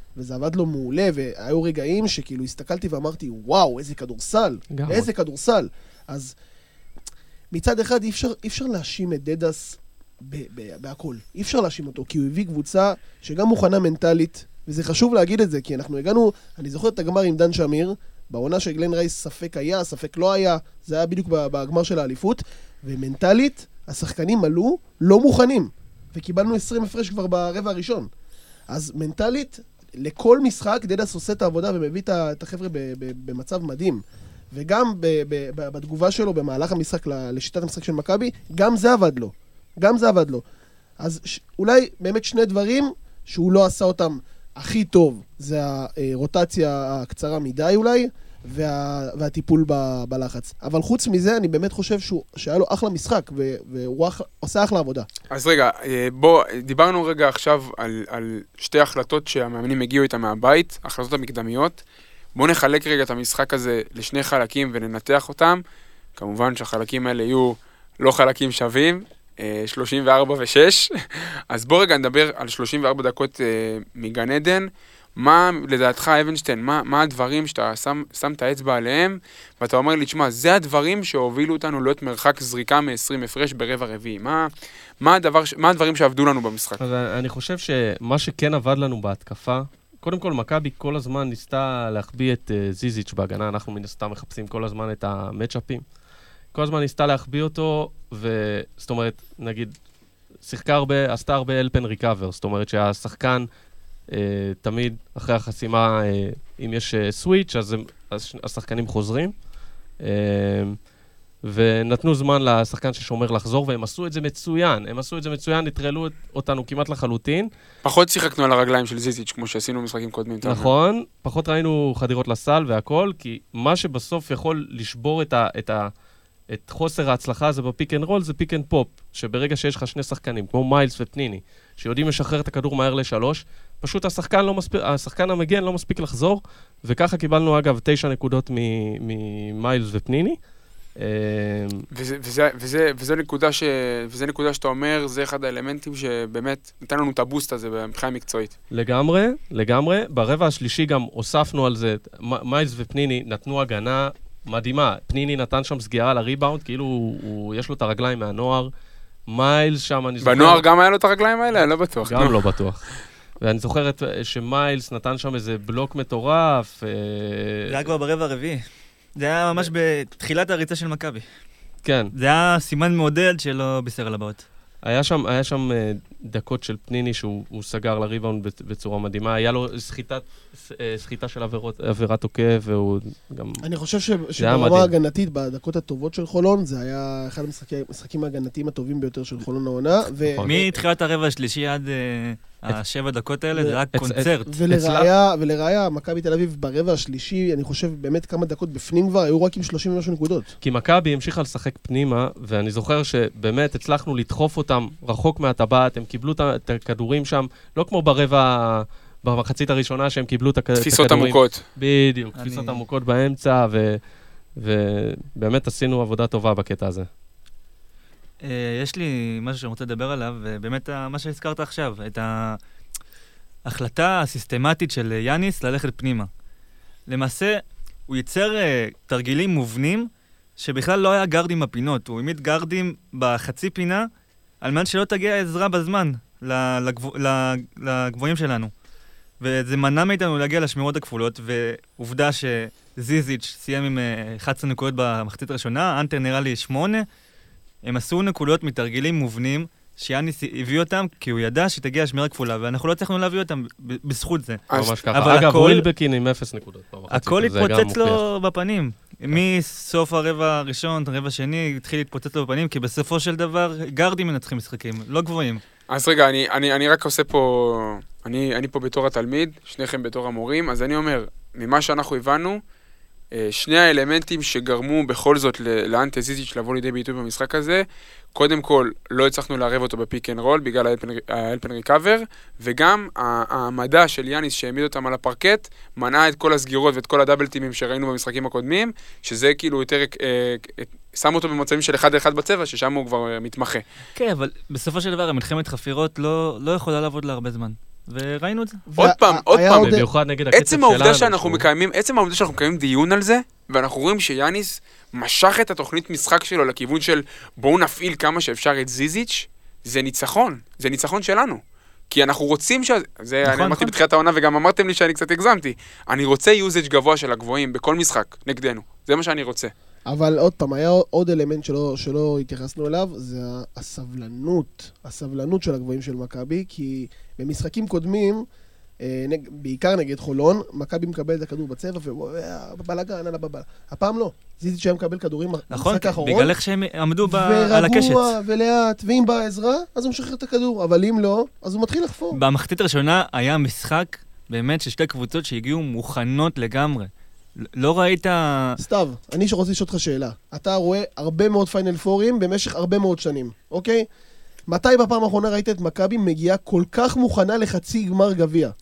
S3: וזה עבד לו מעולה, והיו רגעים שכאילו הסתכלתי ואמרתי, וואו, איזה כדורסל,
S4: גם.
S3: איזה כדורסל. אז מצד אחד אי אפשר, אי אפשר להאשים את דדס ב- ב- בהכל. אי אפשר להאשים אותו, כי הוא הביא קבוצה שגם מוכנה מנטלית, וזה חשוב להגיד את זה, כי אנחנו הגענו, אני זוכר את הגמר עם דן שמיר, בעונה של גלן רייס ספק היה, ספק לא היה, זה היה בדיוק בגמר של האליפות, ומנטלית, השחקנים עלו לא מוכנים, וקיבלנו עשרים הפרש כבר ברבע הראשון. אז מנטלית, לכל משחק, דדס עושה את העבודה ומביא את החבר'ה במצב מדהים. וגם ב- ב- ב- בתגובה שלו במהלך המשחק לשיטת המשחק של מכבי, גם זה עבד לו. גם זה עבד לו. אז ש- אולי באמת שני דברים שהוא לא עשה אותם הכי טוב, זה הרוטציה הקצרה מדי אולי, וה, והטיפול ב, בלחץ. אבל חוץ מזה, אני באמת חושב שהוא, שהיה לו אחלה משחק, ו, והוא אח, עושה אחלה עבודה.
S1: אז רגע, בוא, דיברנו רגע עכשיו על, על שתי החלטות שהמאמנים הגיעו איתם מהבית, החלטות המקדמיות. בואו נחלק רגע את המשחק הזה לשני חלקים וננתח אותם. כמובן שהחלקים האלה יהיו לא חלקים שווים, שלושים וארבע ושש. אז בואו רגע נדבר על שלושים וארבע דקות מגן עדן. מה, לדעתך, אבנשטיין, מה, מה הדברים שאתה שם, שם את האצבע עליהם, ואתה אומר לי, תשמע, זה הדברים שהובילו אותנו להיות מרחק זריקה מ-עשרים הפרש ברבע רביעי. מה, מה, הדבר, מה הדברים שעבדו לנו במשחק?
S4: אז אני חושב שמה שכן עבד לנו בהתקפה, קודם כל, מכבי כל הזמן ניסתה להחביא את uh, זיזיץ' בהגנה, אנחנו מן הסתם מחפשים כל הזמן את המצ'אפים. כל הזמן ניסתה להחביא אותו, וזאת אומרת, נגיד, שיחקה הרבה, עשתה הרבה אלפן ריקאבר, זאת אומרת שהשחקן uh, תמיד אחרי החסימה, uh, אם יש uh, סוויץ', אז, אז השחקנים חוזרים. Uh, ונתנו זמן לשחקן ששומר לחזור, והם עשו את זה מצוין. הם עשו את זה מצוין, נטרלו אותנו כמעט לחלוטין.
S1: פחות שיחקנו על הרגליים של זיזיץ', כמו שעשינו במשחקים קודמים.
S4: נכון, פחות ראינו חדירות לסל והכל, כי מה שבסוף יכול לשבור את, ה, את, ה, את חוסר ההצלחה הזה בפיק אנד רול, זה פיק אנד פופ, שברגע שיש לך שני שחקנים, כמו מיילס ופניני, שיודעים לשחרר את הכדור מהר לשלוש, פשוט השחקן, לא מספיק, השחקן המגן לא מספיק לחזור, וככה קיבלנו אגב תשע נקודות ממיילס ופניני.
S1: וזה, וזה, וזה, וזה נקודה ש, וזה נקודה שאתה אומר, זה אחד האלמנטים שבאמת ניתן לנו את הבוסט הזה מבחינה מקצועית. לגמרי,
S4: לגמרי. ברבע השלישי גם הוספנו על זה, מיילס ופניני נתנו הגנה מדהימה. פניני נתן שם סגירה לריבאונד, כאילו הוא, הוא, יש לו את הרגליים מהנוער. מיילס שם, אני זוכר...
S1: בנוער גם היה לו את הרגליים האלה? לא בטוח.
S4: גם לא בטוח. ואני זוכרת שמיילס נתן שם איזה בלוק מטורף.
S5: זה היה כבר ברבע הרביעי. זה היה ממש בתחילת הריצה של מכבי.
S4: כן.
S5: זה היה סימן מעודד שלא בישר על הבאות.
S4: היה שם, היה שם דקות של פניני שהוא סגר לריבאונד בצורה מדהימה. היה לו סחיטת, סחיטה של עבירות, עבירת עוקב, והוא גם...
S3: אני חושב שברמה הגנתית, בדקות הטובות של חולון, זה היה אחד המשחקים ההגנתיים הטובים ביותר של חולון העונה.
S5: מתחילת הרבע השלישי עד השבע דקות האלה, זה היה קונצרט.
S3: ולראיה, מכבי תל אביב ברבע השלישי, אני חושב באמת כמה דקות בפנים כבר, היו רק עם שלושים ומשהו נקודות.
S4: כי מכבי המשיכה לשחק פנימה, ואני זוכר שבאמת הצלחנו לדחוף אותם רחוק מהטבעת, הם קיבלו את הכדורים שם, לא כמו ברבע, במחצית הראשונה שהם קיבלו את הכדורים.
S1: תפיסות עמוקות.
S4: בדיוק, תפיסות עמוקות באמצע, ובאמת עשינו עבודה טובה בקטע הזה.
S5: יש לי משהו שאני רוצה לדבר עליו, ובאמת מה שהזכרת עכשיו, את ההחלטה הסיסטמטית של יאניס ללכת פנימה. למעשה, הוא ייצר תרגילים מובנים, שבכלל לא היה גרדים בפינות, הוא העמיד גרדים בחצי פינה, על מנת שלא תגיע עזרה בזמן לגבוהים שלנו. וזה מנע מאיתנו להגיע לשמירות הכפולות, ועובדה שזיזיץ' סיים עם אחת עשרה נקודות במחצית הראשונה, אנטר נראה לי שמונה, הם עשו נקודות מתרגילים מובנים, שיאניס הביא אותם, כי הוא ידע שתגיע השמירה כפולה, ואנחנו לא צריכים להביא אותם בזכות זה.
S4: ממש ככה. אגב, ווילבקין עם אפס נקודות.
S5: הכל התפוצץ לו בפנים. מסוף הרבע הראשון, הרבע השני, התחיל להתפוצץ לו בפנים, כי בסופו של דבר גרדים מנצחים משחקים, לא גבוהים.
S1: אז רגע, אני, אני, אני רק עושה פה, אני, אני פה בתור התלמיד, שניכם בתור המורים, אז אני אומר, ממה שאנחנו הבנו, שני האלמנטים שגרמו בכל זאת לאנטה זיזיץ' לבוא לידי ביטוי במשחק הזה, קודם כל, לא הצלחנו לערב אותו בפיק אנד רול בגלל האלפן ריקאבר, וגם העמדה של יאניס שהעמיד אותם על הפרקט, מנעה את כל הסגירות ואת כל הדאבל טימים שראינו במשחקים הקודמים, שזה כאילו יותר, שם אותו במצבים של אחד אחד בצבע, ששם הוא כבר מתמחה.
S5: כן, אבל בסופו של דבר, המלחמת חפירות לא, לא יכולה לעבוד להרבה זמן. וראינו את זה.
S1: עוד פעם, עוד
S3: היה
S1: פעם,
S3: עוד-
S4: במיוחד נגד הקצב
S1: עצם
S4: שלנו.
S1: העובדה שאנחנו
S4: שהוא-
S1: מקיימים, עצם העובדה שאנחנו מקיימים דיון על זה, ואנחנו רואים שיאניס משך את התוכנית משחק שלו לכיוון של בואו נפעיל כמה שאפשר את זיזיץ', זה ניצחון, זה ניצחון שלנו. כי אנחנו רוצים ש... זה
S5: נכון,
S1: אני אמרתי
S5: נכון.
S1: בתחילת העונה וגם אמרתם לי שאני קצת הגזמתי. אני רוצה יוזאג' גבוה של הגבוהים בכל משחק נגדנו. זה מה שאני רוצה.
S3: אבל עוד פעם, היה עוד אלמנט שלא, שלא התייחסנו אליו, זה הסבלנות, הסבלנות של הגבוהים של מכבי, כי במשחקים קודמים, אה, נג, בעיקר נגד חולון, מכבי מקבל את הכדור בצבע, ובלגן, על הבבל. הפעם לא. זיזיץ' היה מקבל כדורים
S5: נכון,
S3: במשחק האחרון,
S5: בגלל איך שהם עמדו ב- על הקשת.
S3: ורגוע ולאט, ואם באה עזרה, אז הוא משחרר את הכדור, אבל אם לא, אז הוא מתחיל לחפור.
S5: במחצית הראשונה היה משחק באמת של שתי קבוצות שהגיעו מוכנות לגמרי. לא ראית...
S3: סתיו, אני שרוצה לשאול אותך שאלה. אתה רואה הרבה מאוד פיינל פורים במשך הרבה מאוד שנים, אוקיי? מתי בפעם האחרונה ראית את מכבי מגיעה כל כך מוכנה לחצי גמר גביע?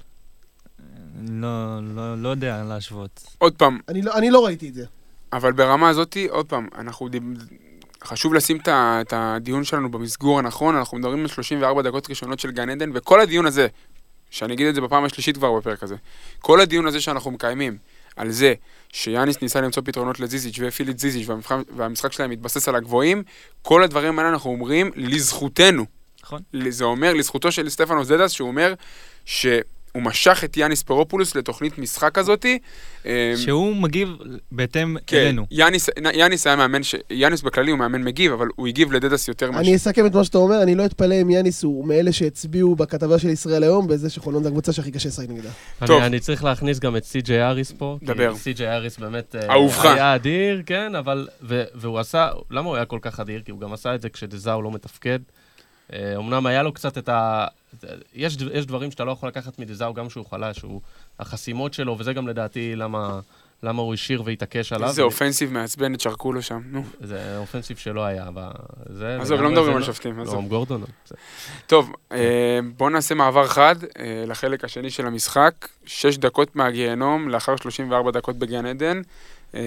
S5: לא, לא, לא יודע להשוות.
S1: עוד פעם,
S3: אני לא, אני לא ראיתי את זה.
S1: אבל ברמה הזאת, עוד פעם, אנחנו... דיב... חשוב לשים את ה- את הדיון שלנו במסגור הנכון, אנחנו מדברים על שלושים וארבע דקות ראשונות של גן עדן, וכל הדיון הזה, שאני אגיד את זה בפעם השלישית כבר בפרק הזה, כל הדיון הזה שאנחנו מקיימים, על זה שיאניס ניסה למצוא פתרונות לזיזיץ' והפעיל את זיזיץ' והמשחק, והמשחק שלהם מתבסס על הגבוהים, כל הדברים האלה אנחנו אומרים לזכותנו.
S5: נכון.
S1: זה אומר, לזכותו של סטפנוס דדס, שהוא אומר שהוא משך את יאניס פרופולוס לתוכנית משחק הזאת.
S5: שהוא מגיב בהתאם
S1: כן,
S5: אלינו.
S1: יאניס, יאניס היה מאמן, ש... יאניס בכללי הוא מאמן מגיב, אבל הוא הגיב לדדס יותר
S3: אני אסכם את מה שאתה אומר, אני לא אתפלא אם יאניס הוא מאלה שהצביעו בכתבה של ישראל היום, בזה שחולון זה הקבוצה שהכי קשה לשחק נגדה.
S1: טוב.
S4: אני, אני צריך להכניס גם את סי.ג'יי אריס פה.
S1: דבר.
S4: כי סי.ג'יי אריס באמת אה,
S1: אהובך.
S4: היה אדיר, כן, אבל... ו, והוא עשה... למה הוא היה כל כך אדיר? כי הוא גם עשה את זה כשדזאו לא מתפקד. אה, אמנם היה לו קצת את ה... יש, יש דברים שאתה לא יכול לקחת מדזאו גם שהוא חלש, הוא... החסימות שלו, וזה גם לדעתי למה, למה הוא השאיר והתעקש עליו.
S1: איזה אופנסיב מעצבן, תשרקו לו שם, נו.
S4: זה אופנסיב שלא היה, אבל... זה...
S1: עזוב, לא מדברים על שופטים, עזוב.
S4: לא, גורדון. זה-
S1: טוב, אה, בואו נעשה מעבר חד אה, לחלק השני של המשחק. שש דקות מהגיהנום, לאחר שלושים וארבע דקות בגן עדן. אה,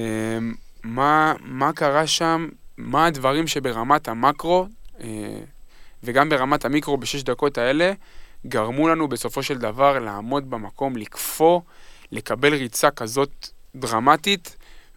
S1: מה, מה קרה שם? מה הדברים שברמת המקרו, אה, וגם ברמת המיקרו בשש דקות האלה, גרמו לנו בסופו של דבר לעמוד במקום, לקפוא, לקבל ריצה כזאת דרמטית,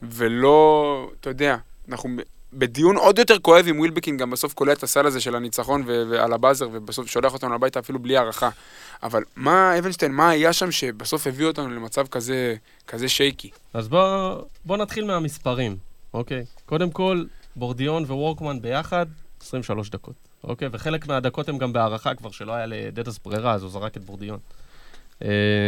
S1: ולא, אתה יודע, אנחנו בדיון עוד יותר כואב עם ווילבקין, גם בסוף קולע את הסל הזה של הניצחון ו- ועל הבאזר, ובסוף שולח אותנו הביתה אפילו בלי הערכה. אבל מה, אבנשטיין, מה היה שם שבסוף הביא אותנו למצב כזה, כזה שייקי?
S4: אז בוא, בוא נתחיל מהמספרים, אוקיי? קודם כל, בורדיון ווורקמן ביחד, עשרים ושלוש דקות, אוקיי? וחלק מהדקות הם גם בהערכה כבר שלא היה לדדס ברירה, אז הוא זרק את בורדיון. אה,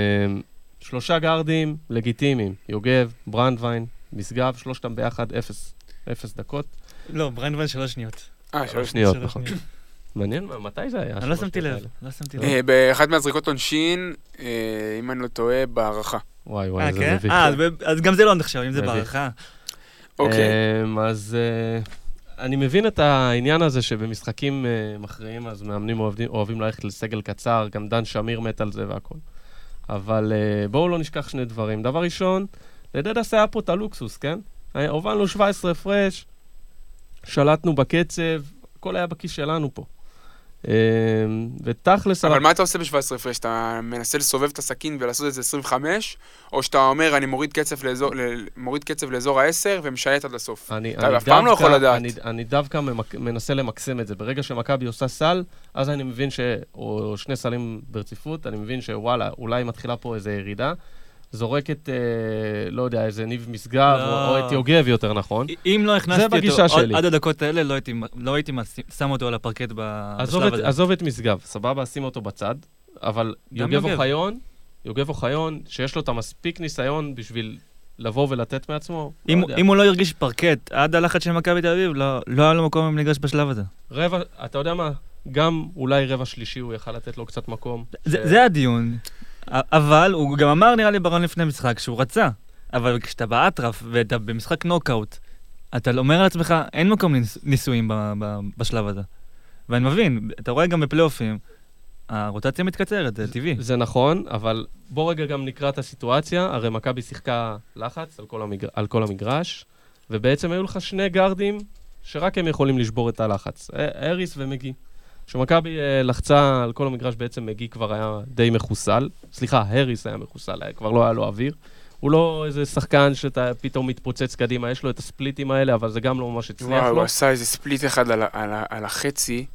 S4: שלושה גארדים לגיטימיים, יוגב, ברנדווין, משגב, שלושתם ביחד, אפס, אפס דקות.
S5: לא, בריינדווין שלוש שניות.
S1: אה, שלוש
S4: שניות,
S5: שלוש
S4: נכון.
S5: שניות.
S4: מעניין, מה- מתי זה היה?
S5: אני לא
S4: שלוש
S5: שמתי
S4: שניות
S5: לב,
S4: האלה?
S5: לא שמתי לב.
S1: אה, באחד מהזריקות עונשין, אה, אם אני לא טועה, בהערכה.
S4: וואי וואי,
S5: אה,
S4: זה
S5: כן?
S4: מביך.
S5: אה, אז ב- אז גם זה לא נחשב, אם זה
S4: מביך.
S5: בהערכה.
S1: אוקיי.
S4: אמ, אז אה, אני מבין את העניין הזה שבמשחקים אה, מכריעים, אז מאמנים אוהבים, אוהבים ללכת לסגל קצר, גם דן שמיר מת על זה והכל. אבל אה, בואו לא נשכח שני דברים. דבר ראשון, לדדס היה פה את הלוקסוס, כן? היה- הובלנו שבע עשרה הפרש, שלטנו בקצב, הכל היה בכיס שלנו פה. אמ, ותכלס...
S1: אבל
S4: על-
S1: מה אתה עושה ב-שבע עשרה הפרש? אתה מנסה לסובב את הסכין ולעשות את זה עשרים וחמש, או שאתה אומר, אני מוריד קצב לאזור, ל- מוריד קצב לאזור ה-עשר ומשייט עד הסוף?
S4: אני,
S1: אתה
S4: אני
S1: אף פעם לא
S4: דווקא-
S1: יכול לדעת.
S4: אני, אני דווקא ממק, מנסה למקסם את זה. ברגע שמכבי עושה סל, אז אני מבין ש... או שני סלים ברציפות, אני מבין שוואלה, אולי מתחילה פה איזו ירידה. זורקת, אה, לא יודע, איזה ניב משגב,
S5: לא.
S4: או, או את יוגב יותר נכון.
S5: אם לא הכנסתי
S4: בגישה
S5: אותו עד-
S4: שלי.
S5: עד הדקות האלה, לא הייתי- לא הייתי מס- שם אותו על הפרקט ב-
S4: עזוב
S5: בשלב
S4: את,
S5: הזה.
S4: עזוב את משגב, סבבה, שים אותו בצד, אבל יוגב
S5: יוגב.
S4: אוחיון, יוגב אוחיון, שיש לו את המספיק ניסיון בשביל לבוא ולתת מעצמו,
S5: אם-
S4: לא יודע.
S5: אם הוא לא הרגיש פרקט עד הלחץ של מכבי תל אביב, לא לא היה לו מקום במגרש בשלב הזה.
S4: רבע, אתה יודע מה? גם אולי רבע שלישי הוא יכל לתת לו קצת מקום.
S5: זה זה הדיון. אבל הוא גם אמר, נראה לי ברון לפני משחק, שהוא רצה. אבל כשאתה באטרף ואתה במשחק נוקאוט, אתה אומר על עצמך, אין מקום לניס- ניסויים ב- ב- בשלב הזה. ואני מבין, אתה רואה גם בפלייאופים, הרוטציה מתקצרת, זה טבעי.
S4: זה נכון, אבל בוא רגע גם נקרא את הסיטואציה. הרי מכבי שיחקה לחץ על כל, המגר... על כל המגרש, ובעצם היו לך שני גארדים שרק הם יכולים לשבור את הלחץ, אריס ומגי. כשמכבי אה, לחצה על כל המגרש, בעצם מגי כבר היה די מחוסל. סליחה, הריס היה מחוסל, היה, כבר לא היה לו אוויר. הוא לא איזה שחקן שאתה פתאום מתפוצץ קדימה, יש לו את הספליטים האלה, אבל זה גם לא ממש הצליח לו.
S1: וואו, הוא עשה איזה ספליט אחד על, על, על החצי,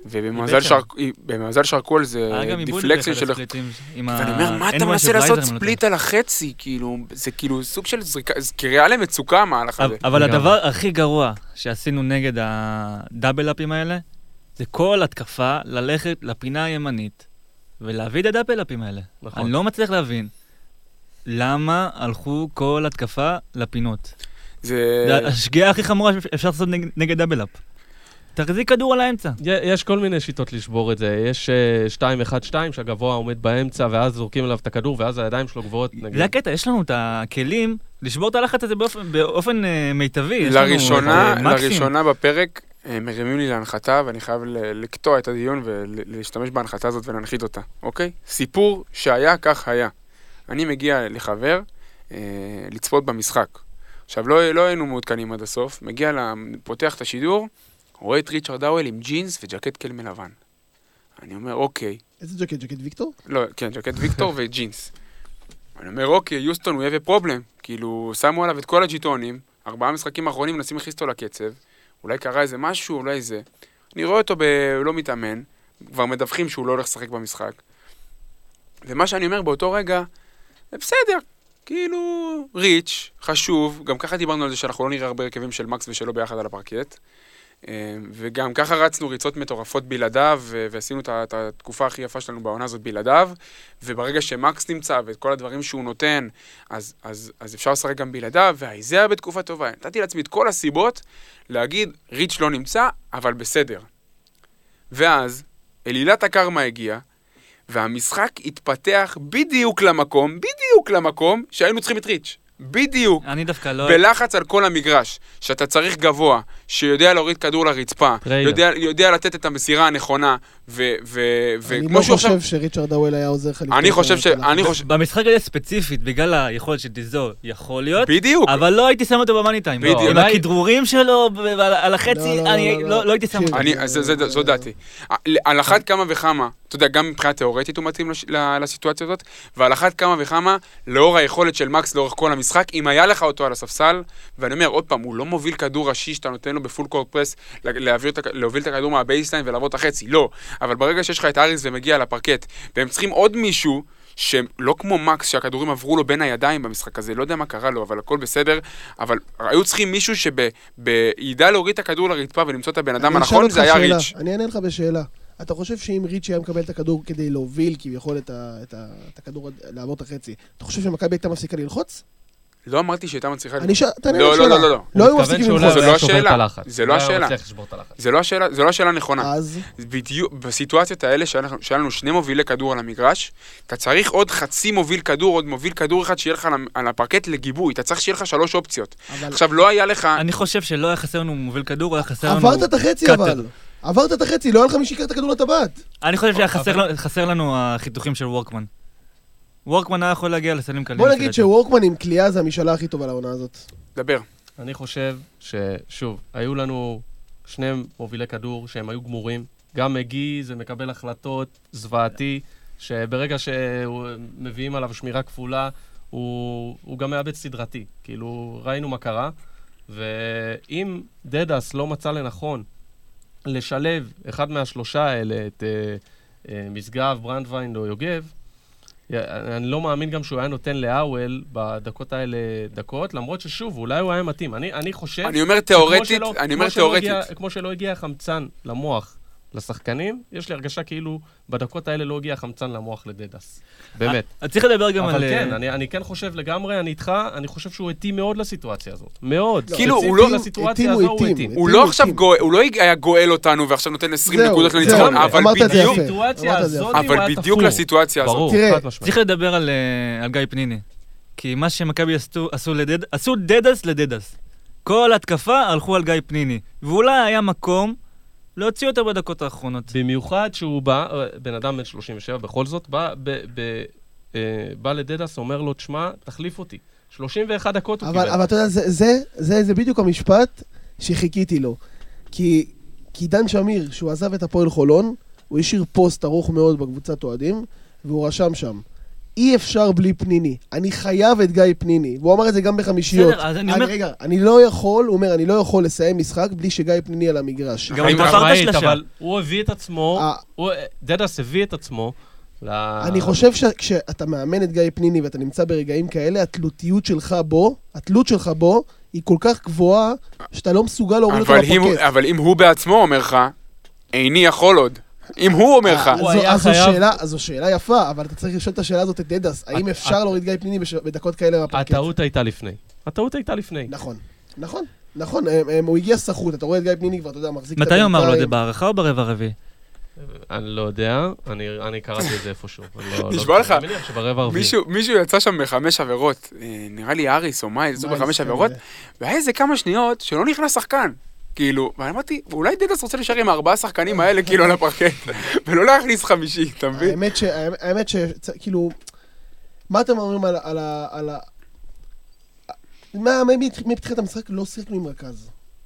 S1: ובמזל שרקו על זה דיפלקציה של... ואני אומר, מה אתה מנסה לעשות ספליט על החצי? כאילו, זה כאילו סוג של זריקה, זה קריאה למצוקה מהלך הזה.
S5: אבל הדבר הכי גרוע שעשינו נגד הדאבל-אפים האלה, זה כל התקפה ללכת לפינה הימנית, ולהביא את הדאבל-אפים האלה. אני לא מצליח להבין. למה הלכו כל התקפה לפינות? זה... זה השגיאה הכי חמורה שאפשר לעשות נגד, נגד דאבל-אפ. תחזיק כדור על האמצע.
S4: יש כל מיני שיטות לשבור את זה. יש שתיים אחד שתיים שהגבוה עומד באמצע, ואז זורקים עליו את הכדור, ואז הידיים שלו גבוהות. נגיד.
S5: זה הקטע, יש לנו את הכלים לשבור את הלחץ הזה באופן, באופן uh, מיטבי.
S1: לראשונה, לראשונה בפרק מרימים לי להנחתה, ואני חייב לקטוע את הדיון ולהשתמש בהנחתה הזאת ולהנחית אותה. אוקיי? סיפור שהיה, כך היה. אני מגיע לחבר אה, לצפות במשחק. עכשיו, לא, לא היינו מעודכנים עד הסוף. מגיע, לה, פותח את השידור, רואה את ריצ'רד האוול עם ג'ינס וג'קט כלמי לבן. אני אומר, אוקיי.
S3: איזה ג'קט? ג'קט ויקטור?
S1: לא, כן, ג'קט ויקטור וג'ינס. אני אומר, אוקיי, יוסטון, הוא have a problem. כאילו, שמו עליו את כל הג'יטונים, ארבעה משחקים האחרונים, מנסים להכניס אותו לקצב. אולי קרה איזה משהו, אולי זה. אני רואה אותו, ב... הוא לא מתאמן. כבר מדווחים שהוא לא הולך לשחק במשחק. ומה שאני אומר באותו רגע, זה בסדר, כאילו, ריץ', חשוב, גם ככה דיברנו על זה שאנחנו לא נראה הרבה רכבים של מקס ושלו ביחד על הפרקט, וגם ככה רצנו ריצות מטורפות בלעדיו, ועשינו את התקופה הכי יפה שלנו בעונה הזאת בלעדיו, וברגע שמקס נמצא ואת כל הדברים שהוא נותן, אז, אז, אז אפשר לשחק גם בלעדיו, והאיזה היה בתקופה טובה. נתתי לעצמי את כל הסיבות להגיד, ריץ' לא נמצא, אבל בסדר. ואז, אלילת הקרמה הגיעה, והמשחק התפתח בדיוק למקום, בדיוק למקום שהיינו צריכים את ריץ'. בדיוק.
S5: אני דווקא לא...
S1: בלחץ על כל המגרש, שאתה צריך גבוה, שיודע להוריד כדור לרצפה, יודע, יודע לתת את המסירה הנכונה, ו... ו...
S3: אני לא חושב עכשיו... שריצ'רד האוול היה עוזר לך...
S1: אני חושב ש... אני חושב...
S5: במשחק הזה ספציפית, בגלל היכולת של דיזור, יכול להיות,
S1: בדיוק.
S5: אבל לא הייתי שם אותו במאני טיים. בדיוק. עם הכדרורים שלו, על החצי, אני לא הייתי שם אותו.
S1: זו דעתי. על אחת כמה וכמה, אתה יודע, גם מבחינה תיאורטית הוא מתאים לסיטואציה הזאת, ועל אחת כמה וכמה, לאור היכולת של מקס לאורך כל המשחק, אם היה לך אותו על הספסל, ואני אומר, עוד פעם, הוא לא מוביל כדור ראשי שאתה נותן לו בפול קורט פרס, להוביל את הכדור מהבייסליין ולעבור את החצי, לא. אבל ברגע שיש לך את אריס ומגיע לפרקט, והם צריכים עוד מישהו, שלא כמו מקס, שהכדורים עברו לו בין הידיים במשחק הזה, לא יודע מה קרה לו, אבל הכל בסדר, אבל היו צריכים מישהו שבידע להוריד את הכדור לרצפה ולמצוא את הבן אדם הנכון, זה היה ריץ'.
S3: אני אענה לך בשאלה. אתה חושב שאם ריץ' היה מקבל את הכדור כדי להוביל, כי הוא יכול את, ה, את, ה, את הכדור לעבור את החצי, אתה חושב שמכבי הייתה מפסיקה ללחוץ?
S1: לא אמרתי שהייתה מצליחה
S3: ללחוץ. אני ש... תענה
S1: לא,
S3: לשאלה.
S1: לא, לא, לא.
S3: לא היו מפסיקים ללחוץ.
S1: זה לא השאלה. זה לא השאלה.
S4: זה
S1: לא השאלה, זה לא השאלה נכונה.
S3: אז?
S1: בדיוק, בסיטואציות האלה שהיה לנו שני מובילי כדור על המגרש, אתה צריך עוד חצי מוביל כדור, עוד מוביל כדור אחד שיהיה לך על הפרקט לגיבוי. אתה צריך שיהיה לך שלוש אופציות. עכשיו, לא היה לך...
S5: אני חושב שלא היה חסר לנו מוביל כדור, היה חסר לנו...
S3: עברת את החצי אבל. עברת את החצי, לא היה לך מי שיקר את הכדור לטבעת.
S5: אני חושב שהיה חסר לנו החיתוכים של וורקמן. וורקמן היה יכול להגיע לסלים קלים.
S3: בוא נגיד שוורקמן עם קליעה זה המשאלה הכי טובה לעונה הזאת.
S1: דבר.
S4: אני חושב ששוב, היו לנו שני מובילי כדור שהם היו גמורים. גם מגי זה מקבל החלטות זוועתי, שברגע שמביאים עליו שמירה כפולה, הוא, הוא גם מאבד סדרתי. כאילו, ראינו מה קרה. ואם דדס לא מצא לנכון לשלב אחד מהשלושה האלה, את uh, uh, משגב, ברנדווין או יוגב, אני לא מאמין גם שהוא היה נותן לאוול בדקות האלה דקות, למרות ששוב, אולי הוא היה מתאים. אני, אני חושב...
S1: אני אומר תיאורטית, אני אומר תיאורטית.
S4: כמו שלא הגיע חמצן למוח לשחקנים, יש לי הרגשה כאילו בדקות האלה לא הגיע חמצן למוח לדדס. באמת.
S5: אז צריך לדבר גם על...
S4: אבל כן, אני, אני כן חושב לגמרי, אני איתך, אני חושב שהוא התאים מאוד לסיטואציה הזאת. מאוד.
S1: כאילו, הוא לא...
S4: לסיטואציה הזו הוא התאים.
S1: הוא לא עכשיו גואל, הוא לא היה גואל אותנו ועכשיו נותן עשרים נקודות לניצחון, אבל בדיוק... אבל בדיוק לסיטואציה הזאת.
S4: ברור, חד משמעית.
S5: צריך לדבר על גיא פניני. כי מה שמכבי עשו לדדס, עשו דדס לדדס. כל התקפה הלכו על גיא פניני. ואולי היה מקום להוציא אותו בדקות האחרונות.
S4: במיוחד שהוא בא, בן אדם בן שלושים ושבע, בכל זאת, בא, ב, ב, אה, בא לדדס, אומר לו, תשמע, תחליף אותי. שלושים ואחת דקות הוא
S3: אבל,
S4: קיבל.
S3: אבל אתה יודע, זה, זה, זה, זה בדיוק המשפט שחיכיתי לו. כי, כי דן שמיר, שהוא עזב את הפועל חולון, הוא השאיר פוסט ארוך מאוד בקבוצת אוהדים, והוא רשם שם, אי אפשר בלי פניני, אני חייב את גיא פניני, והוא אמר את זה גם בחמישיות.
S5: בסדר, אז אני אומר...
S3: רגע, אני לא יכול, הוא אומר, אני לא יכול לסיים משחק בלי שגיא פניני על המגרש.
S5: גם הוא תפר את השלשה.
S4: אבל הוא הביא את עצמו, דדס הביא את עצמו,
S3: אני חושב שכשאתה מאמן את גיא פניני ואתה נמצא ברגעים כאלה, התלותיות שלך בו, התלות שלך בו, היא כל כך גבוהה, שאתה לא מסוגל להוריד אותו לפרקט.
S1: אבל אם הוא בעצמו אומר לך, איני יכול עוד. אם הוא אומר לך.
S3: אז זו שאלה יפה, אבל אתה צריך לשאול את השאלה הזאת את דדס. האם אפשר להוריד גיא פניני בדקות כאלה בפרקט?
S4: הטעות הייתה לפני. הטעות הייתה לפני.
S3: נכון, נכון, נכון. הוא הגיע סחוט, אתה רואה את גיא פניני כבר, אתה יודע, מחזיק את
S5: מתי הוא אמר לו, זה בהערכה או ברבע רביעי?
S4: אני לא יודע, אני קראתי את זה איפשהו.
S1: נשבע לך,
S4: אני מניח שברבע רביעי.
S1: מישהו יצא שם בחמש עבירות, נראה לי אריס או מאי, יצאו בחמש עבירות, והיה איזה כמה שניות שלא נכנס שחקן. כאילו, ואני אמרתי, אולי דדס רוצה להישאר עם ארבעה שחקנים האלה כאילו על הפרקט, ולא להכניס חמישי, אתה מבין?
S3: האמת ש... כאילו, מה אתם אומרים על ה... מבחינת המשחק לא שיחקנו עם רכז.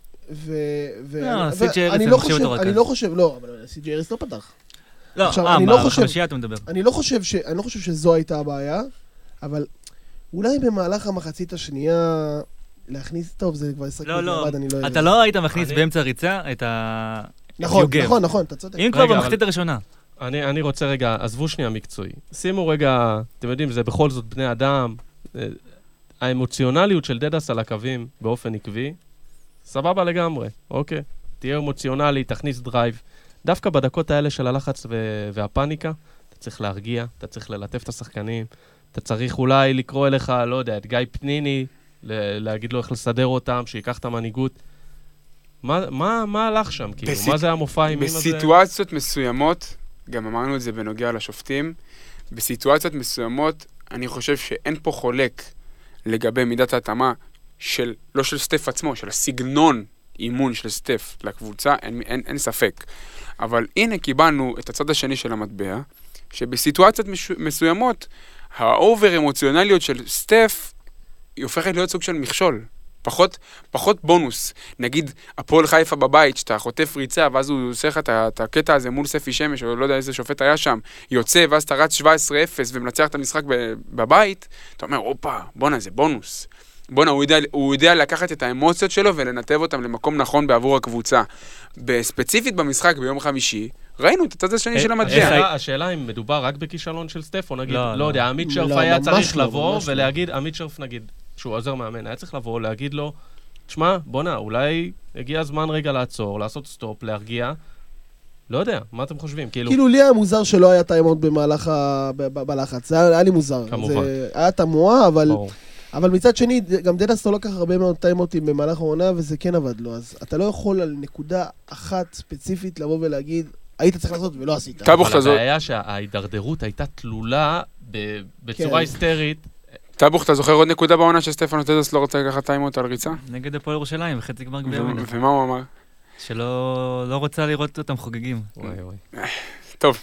S5: לא, סי.ג'י אריס, אני חושב אותו רכז.
S3: אני לא חושב, לא, אבל סי.ג'י אריס לא פתח.
S5: לא, אה, בחמישייה אתה מדבר.
S3: אני לא חושב שזו הייתה הבעיה, אבל אולי במהלך המחצית השנייה... להכניס טוב, זה כבר ישחק
S5: לא, לא,
S3: אני לא
S5: אתה לא היית מכניס באמצע הריצה את ה...
S3: נכון, נכון, נכון, אתה צודק.
S5: אם כבר במחצית הראשונה.
S4: אני רוצה רגע, עזבו שנייה מקצועי. שימו רגע, אתם יודעים, זה בכל זאת בני אדם, האמוציונליות של דדס על הקווים באופן עקבי, סבבה לגמרי, אוקיי. תהיה אמוציונלי, תכניס דרייב. דווקא בדקות האלה של הלחץ והפאניקה, אתה צריך להרגיע, אתה צריך ללטף את השחקנים, אתה צריך אולי לקרוא אליך, לא יודע, את גיא פניני, להגיד לו איך לסדר אותם, שיקח את המנהיגות. מה, מה, מה הלך שם? כאילו, בסיט... מה זה המופע עם הזה?
S1: בסיטואציות מסוימות, גם אמרנו את זה בנוגע לשופטים, בסיטואציות מסוימות, אני חושב שאין פה חולק לגבי מידת ההתאמה של, לא של סטף עצמו, של הסגנון אימון של סטף לקבוצה, אין, אין, אין ספק. אבל הנה קיבלנו את הצד השני של המטבע, שבסיטואציות מש... מסוימות, האובר אמוציונליות של סטף, היא הופכת להיות סוג של מכשול. פחות, פחות בונוס. נגיד, הפועל חיפה בבית, שאתה חוטף ריצה, ואז הוא עושה לך את הקטע הזה מול ספי שמש, או לא יודע איזה שופט היה שם, יוצא, ואז אתה רץ שבע עשרה אפס ומנצח את המשחק בבית, אתה אומר, אופה, בונה, זה בונוס. בונה, הוא יודע, הוא יודע לקחת את האמוציות שלו ולנתב אותם למקום נכון בעבור הקבוצה. בספציפית במשחק ביום חמישי, ראינו את הצד השני של המטבע.
S4: השאלה אם מדובר רק בכישלון של סטף, או נגיד, לא יודע, עמית שרף היה צריך לבוא ולהגיד, עמית שרף נגיד, שהוא עוזר מאמן, היה צריך לבוא, להגיד לו, תשמע, בונה, אולי הגיע הזמן רגע לעצור, לעשות סטופ, להרגיע. לא יודע, מה אתם חושבים?
S3: כאילו, לי היה מוזר שלא היה טיימות במהלך בלחץ. זה היה לי מוזר.
S4: כמובן.
S3: זה היה תמוה, אבל... אבל מצד שני, גם דדס לא לקח הרבה מאוד טיימותים במהלך העונה, וזה כן עבד לו. אז אתה לא יכול על נקודה אחת ספציפית לבוא ולהגיד, היית צריך לעשות ולא עשית.
S4: אבל הבעיה שההידרדרות הייתה תלולה בצורה היסטרית.
S1: טבוך, אתה זוכר עוד נקודה בעונה שסטפנו דדס לא רוצה לקחת טיימות על ריצה?
S5: נגד הפועל ירושלים, חצי גמר גביע המדינה.
S1: ומה הוא אמר?
S5: שלא רוצה לראות אותם חוגגים.
S4: וואי וואי.
S1: טוב.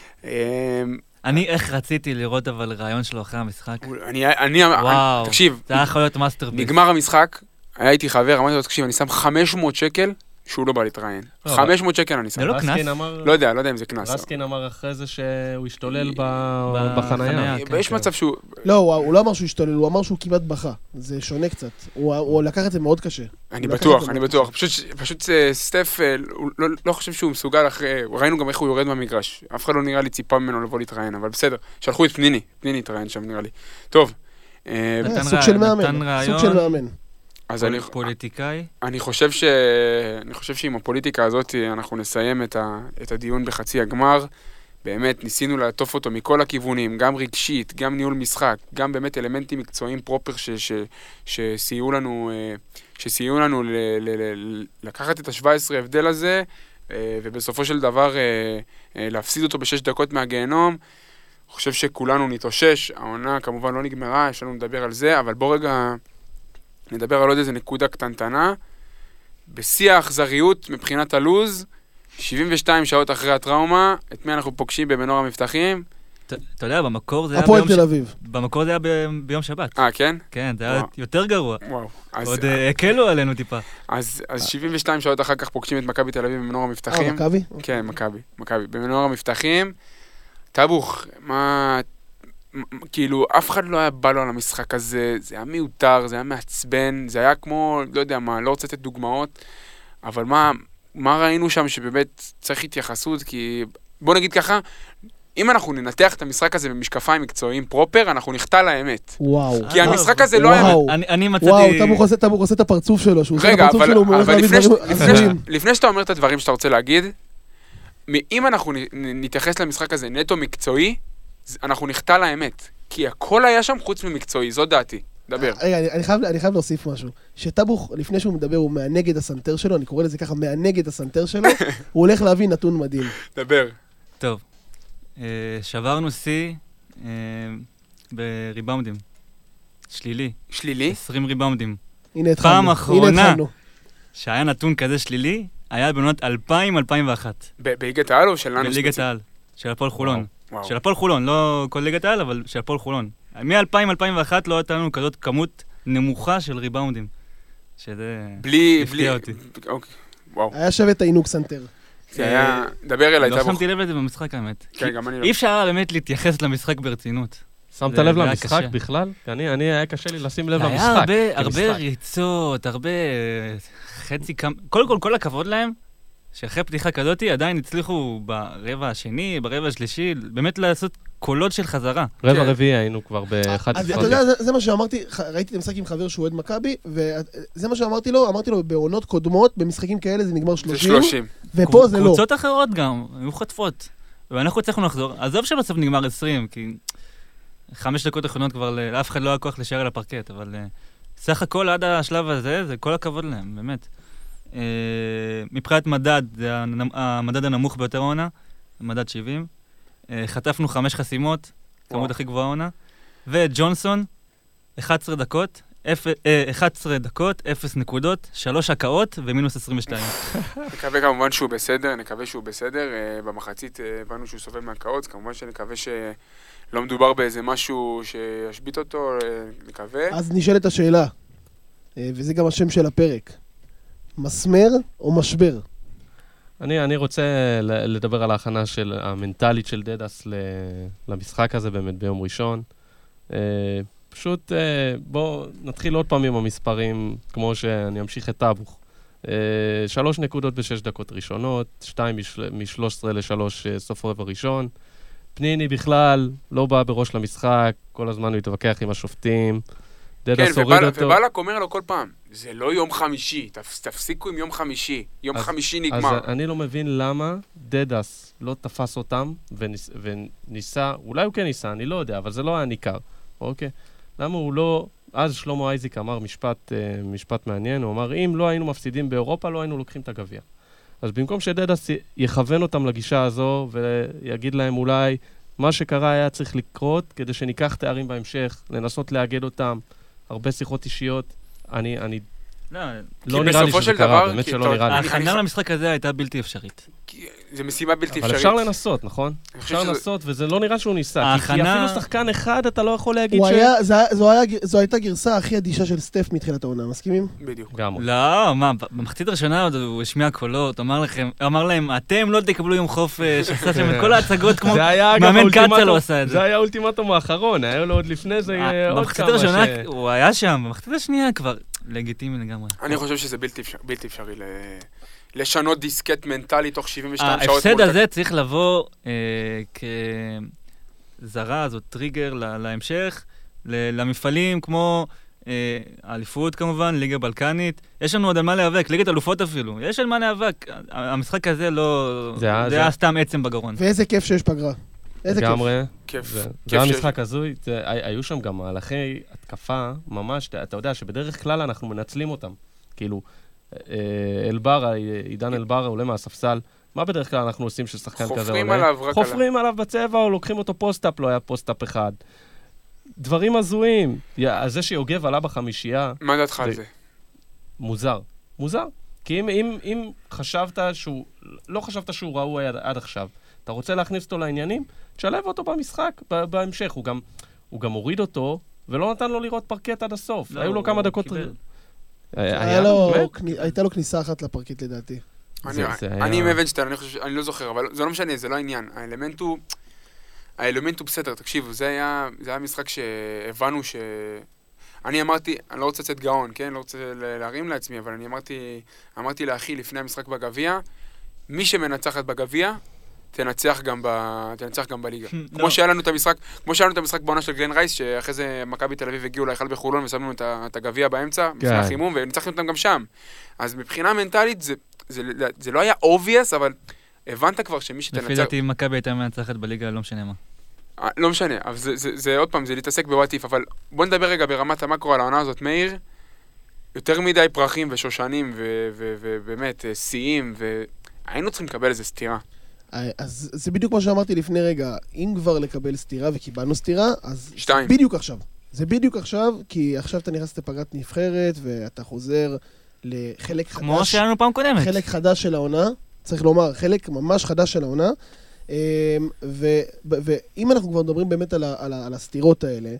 S5: אני איך רציתי לראות אבל רעיון שלו אחרי המשחק.
S1: אני, אני,
S5: וואו,
S1: תקשיב.
S5: זה היה יכול להיות מאסטרפיס.
S1: נגמר המשחק, היה איתי חבר, אמרתי לו, תקשיב, אני שם חמש מאות שקל, שהוא לא בא להתראיין. חמש מאות שקל אני שם.
S5: זה לא קנס?
S1: לא יודע, לא יודע אם זה קנס.
S4: רסקין אמר אחרי זה שהוא השתולל בחנייה.
S1: יש מצב שהוא...
S3: לא, הוא לא אמר שהוא השתולל, הוא אמר שהוא כמעט בכה. זה שונה קצת. הוא לקח את זה מאוד קשה.
S1: אני בטוח, אני בטוח. פשוט סטף, לא חושב שהוא מסוגל אחרי... ראינו גם איך הוא יורד מהמגרש. אף אחד לא נראה לי ציפה ממנו לבוא להתראיין, אבל בסדר. שלחו את פניני. פניני התראיין שם, נראה לי. טוב.
S3: סוג של מאמן. סוג של מאמן.
S1: אז אני,
S5: פוליטיקאי?
S1: אני חושב ש... אני חושב שעם הפוליטיקה הזאת אנחנו נסיים את, ה... את הדיון בחצי הגמר. באמת, ניסינו לעטוף אותו מכל הכיוונים, גם רגשית, גם ניהול משחק, גם באמת אלמנטים מקצועיים פרופר ש... ש... שסייעו לנו, שסייעו לנו ל... ל... ל... לקחת את ה-שבע עשרה הבדל הזה, ובסופו של דבר להפסיד אותו בשש דקות מהגיהנום. אני חושב שכולנו נתאושש, העונה כמובן לא נגמרה, יש לנו לדבר על זה, אבל בוא רגע... נדבר על עוד איזה נקודה קטנטנה. בשיא האכזריות מבחינת הלוז, שבעים ושתיים שעות אחרי הטראומה, את מי אנחנו פוגשים במנור המבטחים?
S5: אתה יודע, במקור זה היה
S3: הפועל
S5: ביום
S3: תל
S5: ש-
S3: אביב.
S5: במקור זה היה ב- ביום שבת.
S1: אה, כן?
S5: כן, זה היה
S1: וואו.
S5: יותר גרוע.
S1: וואו. אז-
S5: עוד אה, הקלו עלינו טיפה.
S1: אז אז שבעים ושתיים שעות אחר כך פוגשים את מכבי תל אביב במנור
S3: אה,
S1: המבטחים.
S3: מכבי?
S1: כן, מכבי, מכבי. במנור המבטחים, טבוך, מה... מ- כאילו, אף אחד לא היה בא לו על המשחק הזה, זה היה מיותר, זה היה מעצבן, זה היה כמו, לא יודע מה, לא רוצה לתת דוגמאות, אבל מה, מה ראינו שם שבאמת צריך התייחסות, כי בוא נגיד ככה, אם אנחנו ננתח את המשחק הזה במשקפיים מקצועיים פרופר, אנחנו נחטא לאמת.
S3: וואו.
S1: כי המשחק הזה לא היה...
S3: וואו.
S5: אני אני
S3: וואו,
S5: מצאתי...
S3: טבוך עושה- טבוך עושה את הפרצוף שלו, שהוא עושה את
S1: רגע,
S3: הפרצוף
S1: אבל,
S3: שלו, הוא הולך
S1: אבל
S3: להביא
S1: לפני, ש-
S3: דברים
S1: לפני, ש-
S3: הזויים.
S1: לפני שאתה אומר את הדברים שאתה רוצה להגיד, מ- אם אנחנו נ- נ- נתייחס למשחק הזה נטו מקצועי, ז- אנחנו נחטא לאמת. כי הכל היה שם חוץ ממקצועי, זו דעתי. דבר.
S3: רגע, אני- אני חייב- אני חייב להוסיף משהו. שטבוך, לפני שהוא מדבר, הוא מענג את הסנטר שלו, אני קורא לזה ככה, מענג את הסנטר שלו, הוא הולך להביא נתון מדהים.
S1: דבר.
S5: טוב, אה, שברנו שיא אה, בריבאונדים. שלילי.
S1: שלילי?
S5: עשרים ריבאונדים.
S3: הנה התחלנו.
S5: פעם
S3: הנה
S5: אחרונה.
S3: התחלנו.
S5: שהיה נתון כזה שלילי, היה בעונות אלפיים אלפיים ואחת.
S1: ב- בליגת העל או שלנו
S5: בליגת
S1: ספציפית?
S5: העל. של הפועל חולון.
S1: וואו.
S5: של הפועל חולון, לא כל ליגת העל, אבל של הפועל חולון. מ-אלפיים אלפיים ואחת לא הייתה לנו כזאת כמות נמוכה של ריבאונדים. שזה...
S1: בלי...
S5: הפתיע
S1: בלי...
S5: אותי.
S1: אוקיי. וואו.
S3: היה שווה את העינוג סנטר.
S1: זה היה... דבר אליי,
S5: לא
S1: טבוך.
S5: שמתי לב לזה במשחק, האמת.
S1: כן, גם אני לא.
S5: אי אפשר היה באמת להתייחס למשחק ברצינות.
S4: שמת
S5: זה-
S4: לב
S5: זה היה
S4: למשחק
S5: קשה.
S4: בכלל? כי אני, אני, היה קשה לי לשים לב
S5: זה
S4: למשחק.
S5: היה הרבה, הרבה
S4: כמשחק.
S5: ריצות, הרבה חצי כמה... קודם כל, כל הכבוד להם, שאחרי פתיחה כזאתי עדיין הצליחו ברבע השני, ברבע השלישי, באמת לעשות קולות של חזרה.
S4: רבע
S1: כן.
S4: רביעי היינו כבר באחד
S3: אז
S4: עשרה.
S3: אתה יודע, זה- זה מה שאמרתי, ח- ראיתי את המשחק עם חבר שהוא אוהד מכבי, וזה מה שאמרתי לו, אמרתי לו, בעונות קודמות, במשחקים כאלה זה נגמר
S1: זה
S3: שלושים,
S1: שלושים.
S3: ופה זה לא.
S5: קבוצות אחרות גם, היו חוטפות. ואנחנו הצלחנו לחזור. עזוב שבסוף נגמר עשרים, כי חמש דקות אחרונות כבר ל- לאף אחד לא היה כוח להישאר על הפרקט, אבל אה, סך הכל עד השלב הזה, זה כל הכבוד להם, באמת. אה, מבחינת מדד, זה הנ- המדד הנמוך ביותר העונה, מדד שבעים. אה, חטפנו חמש חסימות, כמות
S1: וואו.
S5: הכי גבוהה העונה. וג'ונסון, אחת עשרה דקות, אפ- אה, אחת עשרה דקות, אפס נקודות, שלוש הקאות ומינוס עשרים ושתיים.
S1: נקווה כמובן שהוא בסדר, נקווה שהוא בסדר. אה, במחצית אה, הבנו שהוא סובל מהקאות, כמובן שנקווה שלא מדובר באיזה משהו שישבית אותו, אה, נקווה.
S3: אז נשאלת השאלה, אה, וזה גם השם של הפרק, מסמר או משבר?
S4: אני, אני רוצה ל- לדבר על ההכנה של, המנטלית של דדס ל- למשחק הזה באמת ביום ראשון. אה, פשוט אה, בואו נתחיל עוד פעם עם המספרים, כמו שאני אמשיך את טאבוך. אה, שלוש נקודות בשש דקות ראשונות, שתיים מ-שלוש עשרה לשלוש אה, סוף רבע ראשון. פניני בכלל לא בא בראש למשחק, כל הזמן הוא התווכח עם השופטים.
S1: כן,
S4: דדס הוריד
S1: ובאלק-
S4: אותו.
S1: ובאלק אומר לו כל פעם, זה לא יום חמישי, תפ- תפסיקו עם יום חמישי, יום
S4: אז-
S1: חמישי
S4: אז
S1: נגמר.
S4: אני לא מבין למה דדס לא תפס אותם וניס, וניסה, אולי הוא כן ניסה, אני לא יודע, אבל זה לא היה ניכר, אוקיי? למה הוא לא... אז שלמה אייזיק אמר משפט, אה, משפט מעניין, הוא אמר, אם לא היינו מפסידים באירופה, לא היינו לוקחים את הגביע. אז במקום שדדס י- יכוון אותם לגישה הזו ויגיד להם אולי מה שקרה היה צריך לקרות כדי שניקח תארים בהמשך, לנסות לאגד אותם, הרבה שיחות אישיות, אני, אני
S5: לא,
S4: לא נראה לי
S1: בסופו
S4: שזה
S1: של
S4: קרה,
S1: דבר,
S4: באמת
S1: כי
S4: שלא
S1: אתה-
S4: נראה לי.
S1: אני-
S5: ההכנה למשחק הזה הייתה בלתי אפשרית.
S1: כי זה משימה בלתי
S4: אבל
S1: אפשרית.
S4: אפשר לנסות, נכון?
S1: אני חושב
S4: אפשר
S1: שזה-
S4: לנסות, וזה לא נראה שהוא ניסה. כי- כי
S5: ההכנה-
S4: אפילו שחקן אחד אתה לא יכול להגיד
S3: הוא
S4: ש...
S3: היה, זה היה- זו היה- זו הייתה גרסה הכי אדישה של סטף מתחילת העונה, מסכימים?
S1: בדיוק.
S4: גם הוא.
S5: לא, מה, במחצית הראשונה עוד הוא השמיע קולות, אמר לכם, אמר להם, אתם לא תקבלו יום חופש, עשה שם את כל ההצגות כמו
S4: זה היה אגב
S5: מאמן
S4: האולטימטום-
S5: קצה לא עשה את זה.
S4: זה היה האולטימטום האחרון, היה לו עוד לפני זה אה, עוד
S5: במחצית
S4: כמה
S5: הראשונה
S4: ש...
S5: הוא היה שם, במחצית השנייה כבר לגיטימי לגמרי.
S1: אני חושב שזה בלתי אפשר- בלתי אפשרי ל- לשנות דיסקט מנטלי תוך שבעים ושתיים שעות.
S5: ההפסד
S1: מול
S5: הזה צריך לבוא אה, כזרז או טריגר ל- להמשך, ל- למפעלים כמו אה, האליפות כמובן, ליגה בלקנית. יש לנו עוד על מה להיאבק, ליגת אלופות אפילו. יש על מה להיאבק. המשחק הזה לא...
S4: זה היה-
S5: זה
S4: זה-
S5: היה סתם עצם בגרון.
S3: ואיזה כיף שיש פגרה. איזה כיף.
S4: לגמרי.
S1: כיף.
S4: זה זה
S1: כיף
S4: היה
S1: ש-
S4: משחק הזוי, זה- הי- היו שם גם מהלכי התקפה, ממש, אתה אתה יודע שבדרך כלל אנחנו מנצלים אותם. כאילו, אה, אלברה, עידן אלברה עולה מהספסל, מה בדרך כלל אנחנו עושים ששחקן כזה עולה?
S1: חופרים עליו רק על...
S4: חופרים עליו בצבע או לוקחים אותו פוסט-אפ, לא היה פוסט-אפ אחד. דברים הזויים. יא, זה שיוגב עלה בחמישייה,
S1: מה דעתך על
S4: זה-
S1: זה?
S4: מוזר. מוזר. כי אם, אם, אם חשבת שהוא, לא חשבת שהוא ראוי עד, עד עכשיו, אתה רוצה להכניס אותו לעניינים, תשלב אותו במשחק, בהמשך. הוא גם, הוא גם הוריד אותו, ולא נתן לו לראות פרקט עד הסוף. היו לו כמה דקות...
S3: הייתה לו כניסה אחת לפרקט לדעתי.
S1: אני עם אבנשטיין, אני לא זוכר, אבל זה לא משנה, זה לא העניין. האלמנט הוא... האלמנט הוא בסדר, תקשיבו, זה היה, זה היה משחק שהבנו ש... אני אמרתי, אני לא רוצה לצאת גאון, כן? לא רוצה להרים לעצמי, אבל אני אמרתי, אמרתי לאחי לפני המשחק בגביע, מי שמנצחת בגביע, תנצח גם ב... תנצח גם בליגה. כמו שהיה לנו את המשחק, כמו שהיה לנו את המשחק בעונה של גלן רייס, שאחרי זה מכבי תל אביב הגיעו להיכל בחולון ושמנו את הגביע באמצע, לפני החימום, וניצחנו אותם גם שם. אז מבחינה מנטלית, זה, זה, זה לא היה obvious, אבל הבנת כבר שמי שתנצח...
S5: לפי דעתי, אם מכבי הייתה מנצחת בליגה, לא משנה מה.
S1: לא משנה, אבל זה, זה, זה עוד פעם, זה להתעסק בוואטיף, אבל בוא נדבר רגע ברמת המקרו על העונה הזאת, מאיר, יותר מדי פרחים ושושנים, ובאמת, שיאים, והיינו צריכים לקבל איזה סתירה.
S3: אז זה בדיוק מה שאמרתי לפני רגע, אם כבר לקבל סתירה וקיבלנו סתירה, אז
S1: שתיים.
S3: בדיוק עכשיו. זה בדיוק עכשיו, כי עכשיו אתה נכנס לפגרת נבחרת, ואתה חוזר לחלק חדש.
S5: כמו שלנו פעם קודמת.
S3: חלק חדש של העונה, צריך לומר, חלק ממש חדש של העונה, ואם אנחנו כבר מדברים באמת על הסתירות האלה,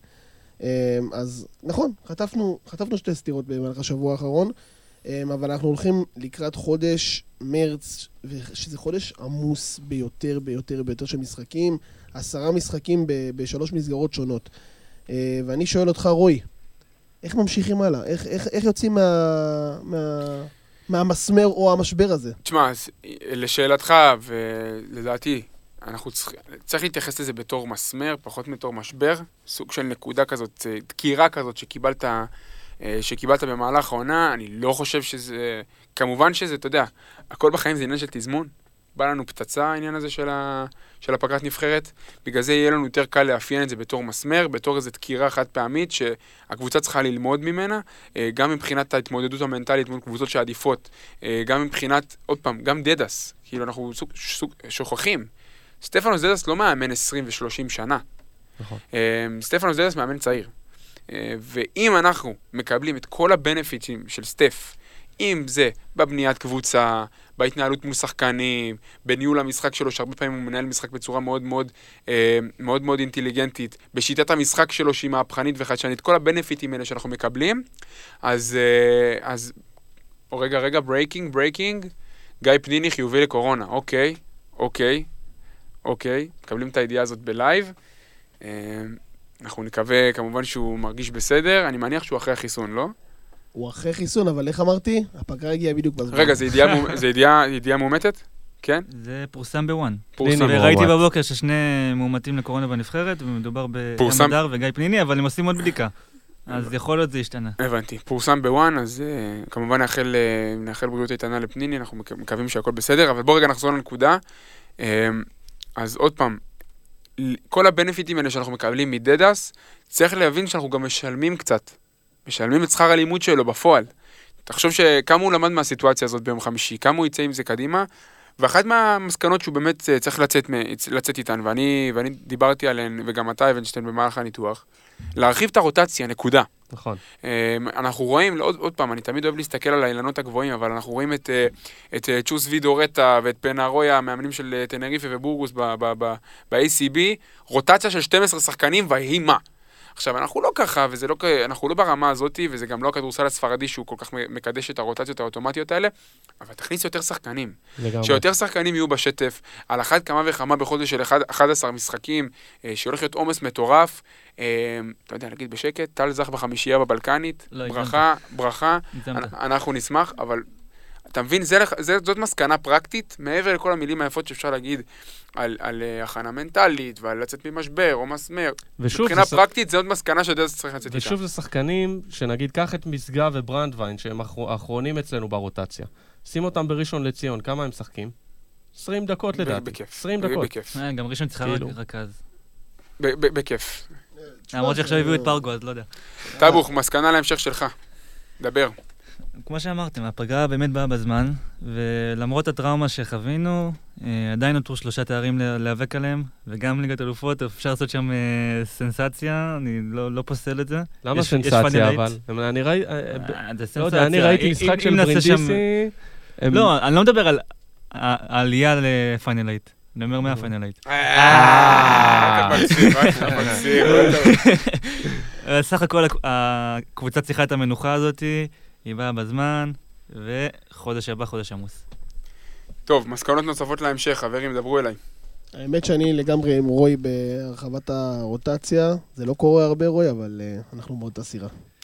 S3: אז נכון, חטפנו שתי סתירות במהלך השבוע האחרון, אבל אנחנו הולכים לקראת חודש מרץ, שזה חודש עמוס ביותר, ביותר, ביותר של משחקים, עשרה משחקים בשלוש מסגרות שונות. ואני שואל אותך, רוי, איך ממשיכים הלאה? איך, איך, איך יוצאים מה, מה, מהמסמר או המשבר הזה?
S1: תשמע, לשאלתך, ולדעתי, אנחנו צריך, צריך להתייחס לזה בתור מסמר, פחות מתור משבר, סוג של נקודה כזאת, דקירה כזאת שקיבלת, שקיבלת במהלך העונה. אני לא חושב שזה, כמובן שזה, אתה יודע, הכל בחיים זה עניין של תזמון. בא לנו פצצה העניין הזה של, ה, של הפגרת נבחרת, בגלל זה יהיה לנו יותר קל לאפיין את זה בתור מסמר, בתור איזו דקירה חד פעמית שהקבוצה צריכה ללמוד ממנה, גם מבחינת ההתמודדות המנטלית מול קבוצות שעדיפות, גם מבחינת, עוד פעם, גם דדס, כאילו אנחנו סוג, סוג, שוכחים. סטפנוס דדס לא מאמן עשרים ושלושים שנה.
S4: נכון.
S1: סטפנוס דדס מאמן צעיר. ואם אנחנו מקבלים את כל הבנפיטים של סטף, אם זה בבניית קבוצה, בהתנהלות מול שחקנים, בניהול המשחק שלו, שהרבה פעמים הוא מנהל משחק בצורה מאוד מאוד, מאוד מאוד אינטליגנטית, בשיטת המשחק שלו שהיא מהפכנית וחדשנית, כל הבנפיטים האלה שאנחנו מקבלים, אז, אז, או רגע, רגע, ברייקינג, ברייקינג, גיא פניני חיובי לקורונה, אוקיי, אוקיי, אוקיי, מקבלים את הידיעה הזאת בלייב, אנחנו נקווה כמובן שהוא מרגיש בסדר, אני מניח שהוא אחרי החיסון, לא?
S3: הוא אחרי חיסון, אבל איך אמרתי? הפגרה הגיעה בדיוק בזמן.
S1: רגע, זה ידיעה, זה ידיעה, ידיעה מאומתת? כן?
S5: זה פורסם בוואן.
S1: פורסם.
S5: וראיתי בבוקר ששני מאומתים לקורונה בנבחרת, ומדובר בים הדר וגיא פניני, אבל הם עושים עוד בדיקה. אז יכול להיות זה ישתנה.
S1: הבנתי. פורסם בוואן, אז כמובן נאחל, נאחל בריאות איתנה לפניני, אנחנו מקווים שהכל בסדר, אבל בוא רגע נחזור לנקודה. אז עוד פעם, כל הבנפיטים האלה שאנחנו מקבלים מדדס, צריך להבין שאנחנו גם משלמים קצת. משלמים את שכר הלימוד שלו בפועל. תחשוב שכמה הוא למד מהסיטואציה הזאת ביום חמישי, כמה הוא יצא עם זה קדימה, ואחת מהמסקנות שהוא באמת צריך לצאת, לצאת איתן, ואני, ואני דיברתי עליהן, וגם אתה, אבנשטיין, במהלך הניתוח, להרחיב את הרוטציה, נקודה.
S4: נכון.
S1: אנחנו רואים, עוד, עוד פעם, אני תמיד אוהב להסתכל על האילנות הגבוהים, אבל אנחנו רואים את, את צ'וס וידורטה ואת פנארויה, המאמנים של טנריפה ובורגוס ב-איי סי בי, רוטציה של שנים עשר שחקנים, והיא מה? עכשיו, אנחנו לא ככה, וזה לא, אנחנו לא ברמה הזאת, וזה גם לא הכדורסל הספרדי שהוא כל כך מקדש את הרוטציות האוטומטיות האלה, אבל תכניס יותר שחקנים. לגמרי. שיותר שחקנים יהיו בשטף, על אחת כמה וכמה בחודש של אחד עשר משחקים, שהולך להיות עומס מטורף, אתה יודע, נגיד בשקט, טל זך בחמישייה בבלקנית, לא, ברכה, ברכה, אנחנו נשמח, אבל אתה מבין, זה, זה, זאת מסקנה פרקטית, מעבר לכל המילים היפות שאפשר להגיד על, על הכנה מנטלית ועל לצאת ממשבר או מסמר. מבחינה פרקטית, זה עוד מסקנה שדאז צריך לצאת איתה.
S4: ושוב זה שחקנים שנגיד, קח את משגב וברנדווין, שהם האחרונים אצלנו ברוטציה. שים אותם בראשון לציון, כמה הם משחקים? עשרים דקות לדעתי.
S1: בכיף.
S4: עשרים דקות.
S1: בכיף.
S5: גם ראשון צריכה רק אז.
S1: בכיף.
S5: למרות שעכשיו הביאו את פרגו, אז לא יודע.
S1: טבוך, מסקנה להמשך שלך. דבר.
S5: כמו שאמרתם, הפגרה באמת באה בזמן, ולמרות הטראומה שחווינו, עדיין נותרו שלושה תארים להיאבק עליהם, וגם ליגת אלופות, אפשר לעשות שם סנסציה, אני לא פוסל את זה.
S4: למה סנסציה אבל? אני ראיתי משחק של ברינדיסי...
S5: לא, אני לא מדבר על העלייה לפיינל אייט. אני אומר מאה פיינל אייט.
S1: אה, אתה מקסים, אתה מקסים.
S5: סך הכל הקבוצה צריכה את המנוחה הזאת, היא באה בזמן, וחודש הבא, חודש עמוס.
S1: טוב, מסקנות נוספות להמשך, חברים, דברו אליי.
S3: האמת שאני לגמרי עם רוי בהרחבת הרוטציה. זה לא קורה הרבה רוי, אבל uh, אנחנו באותה סירה.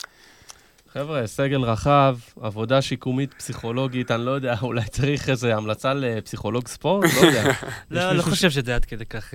S4: חבר'ה, סגל רחב, עבודה שיקומית, פסיכולוגית, אני לא יודע, אולי צריך איזו המלצה לפסיכולוג ספורט? לא יודע.
S5: לא, לא חושב שזה עד כדי כך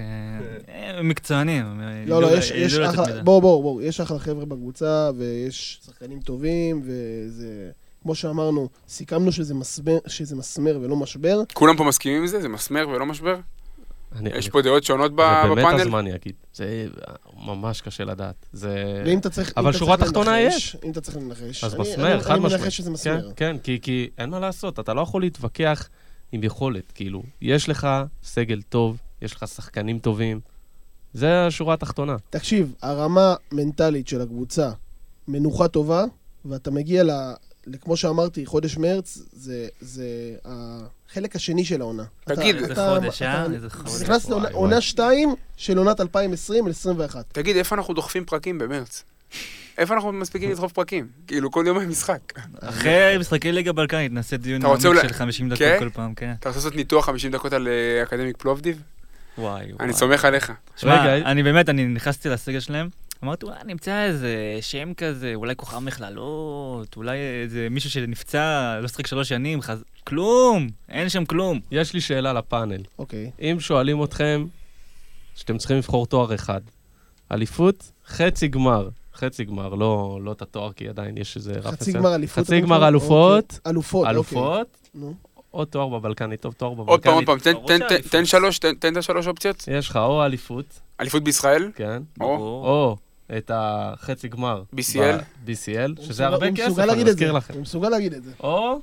S5: מקצוענים.
S3: לא, לא, יש אחלה, בואו, בואו, בואו, יש אחלה חבר'ה בקבוצה, ויש שחקנים טובים, וזה, כמו שאמרנו, סיכמנו שזה מסמר ולא משבר.
S1: כולם פה מסכימים עם זה? זה מסמר ולא משבר?
S4: אני,
S1: יש
S4: אני...
S1: פה דעות שונות בפאנל?
S4: זה באמת הזמן יגיד, זה ממש קשה לדעת. זה...
S3: ואם אתה צריך...
S4: אבל שורה תחתונה יש.
S3: אם אתה צריך לנחש.
S4: אז מסמר, חד משמעית.
S3: אני מנחש שזה מסמר.
S4: כן, כן, כי, כי אין מה לעשות, אתה לא יכול להתווכח עם יכולת, כאילו. יש לך סגל טוב, יש לך שחקנים טובים, זה השורה התחתונה.
S3: תקשיב, הרמה מנטלית של הקבוצה מנוחה טובה, ואתה מגיע ל... כמו שאמרתי, חודש מרץ, זה, זה החלק השני של העונה.
S1: תגיד,
S5: איזה חודש, אה? איזה חודש.
S3: זה נכנס לעונה שתיים של עונת אלפיים עשרים עד עשרים ואחת.
S1: תגיד, איפה אנחנו דוחפים פרקים במרץ? איפה אנחנו מספיקים לדחוף פרקים? כאילו, כל יום היה משחק.
S5: אחרי משחקי ליגה בלקנית, נעשה דיון מעמיק של חמישים דקות כל פעם, כן.
S1: אתה רוצה לעשות ניתוח חמישים דקות על אקדמיק פלובדיב?
S5: וואי, וואי.
S1: אני סומך עליך.
S5: שמע, אני באמת, אני נכנסתי לסגל שלהם, אמרתי, אולי נמצא איזה שם כזה, אולי כוכב מכללות, אולי איזה מישהו שנפצע, לא שחק שלוש שנים, חז... כלום, אין שם כלום.
S4: יש לי שאלה לפאנל.
S3: אוקיי.
S4: אם שואלים אתכם שאתם צריכים לבחור תואר אחד, אליפות, חצי גמר, חצי גמר, לא, לא את התואר, כי עדיין יש איזה רף.
S3: חצי גמר אליפות.
S4: חצי גמר אלופות.
S3: אלופות, אוקיי.
S4: אלופות.
S3: נו.
S4: עוד תואר בבלקנית, טוב, תואר בבלקנית.
S1: עוד פעם, עוד פעם, תן שלוש, תן את השלוש אופציות.
S4: יש לך או אליפות.
S1: אליפות בישראל?
S4: כן.
S1: או.
S4: או את החצי גמר.
S1: בי סי אל?
S4: בי סי אל, שזה הרבה כסף, אני מזכיר לכם.
S3: הוא מסוגל להגיד את זה.
S4: או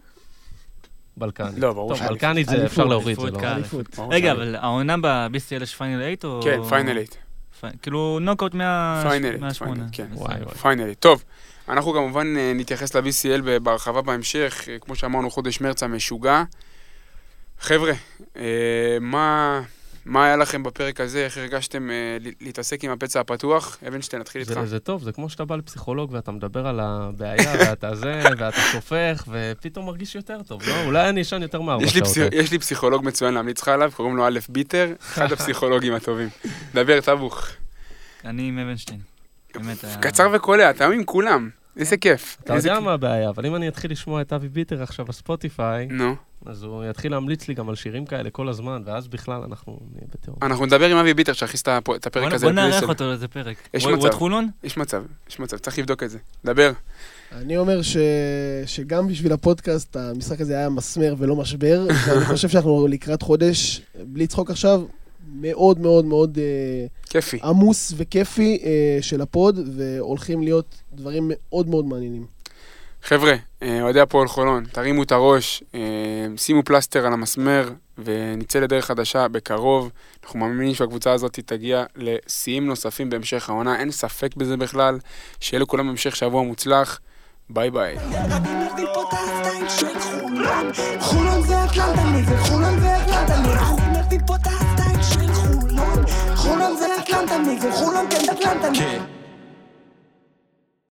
S4: בלקנית.
S1: לא, ברור.
S4: טוב, בלקנית זה אפשר להוריד, זה לא.
S3: אליפות.
S5: רגע, אבל העונה ב-בי סי אל יש פיינל אייט או...
S1: כן, פיינל אייט.
S5: כאילו נוקאוט מהשמונה.
S1: פיינל אייט, טוב. אנחנו כמובן נתייחס ל-בי סי אל בהרחבה בהמשך, כמו שאמרנו, חודש מרץ המשוגע. חבר'ה, מה... מה היה לכם בפרק הזה? איך הרגשתם uh, להתעסק עם הפצע הפתוח? אבנשטיין, נתחיל איתך.
S4: זה, זה טוב, זה כמו שאתה בא לפסיכולוג ואתה מדבר על הבעיה ואתה זה, ואתה שופך, ופתאום מרגיש יותר טוב, לא? אולי אני אשן יותר מארבע שעות.
S1: פסיכ... יש לי פסיכולוג מצוין להמליץ לך עליו, קוראים לו א' ביטר, אחד הפסיכולוגים הטובים. דבר, טבוך.
S5: אני עם אבנשטיין.
S1: קצר וקולע, אתה עם כולם. איזה כיף.
S4: אתה יודע מה הבעיה, אבל אם אני אתחיל לשמוע את אבי ביטר עכשיו בספוטיפיי,
S1: נו.
S4: אז הוא יתחיל להמליץ לי גם על שירים כאלה כל הזמן, ואז בכלל אנחנו נהיה בתיאור.
S1: אנחנו נדבר עם אבי ביטר שהכניס את הפרק הזה.
S5: בוא נערך אותו לאיזה פרק.
S1: יש מצב.
S5: הוא את חולון?
S1: יש מצב, יש מצב, צריך לבדוק את זה. דבר.
S3: אני אומר שגם בשביל הפודקאסט המשחק הזה היה מסמר ולא משבר, ואני חושב שאנחנו לקראת חודש, בלי צחוק עכשיו, מאוד מאוד מאוד
S1: כיפי.
S3: עמוס וכיפי של הפוד, והולכים להיות דברים מאוד מאוד מעניינים.
S1: חבר'ה, אוהדי הפועל חולון, תרימו את הראש, שימו פלסטר על המסמר, ונצא לדרך חדשה בקרוב. אנחנו מאמינים שהקבוצה הזאת תגיע לשיאים נוספים בהמשך העונה, אין ספק בזה בכלל. שיהיה לכולם המשך שבוע מוצלח. ביי ביי.
S2: חולון זה אטלנטה, חולון זה אטלנטה, אנחנו מביא פה את הסטייל של חולון. חולון זה אטלנטה, חולון כן אטלנטה.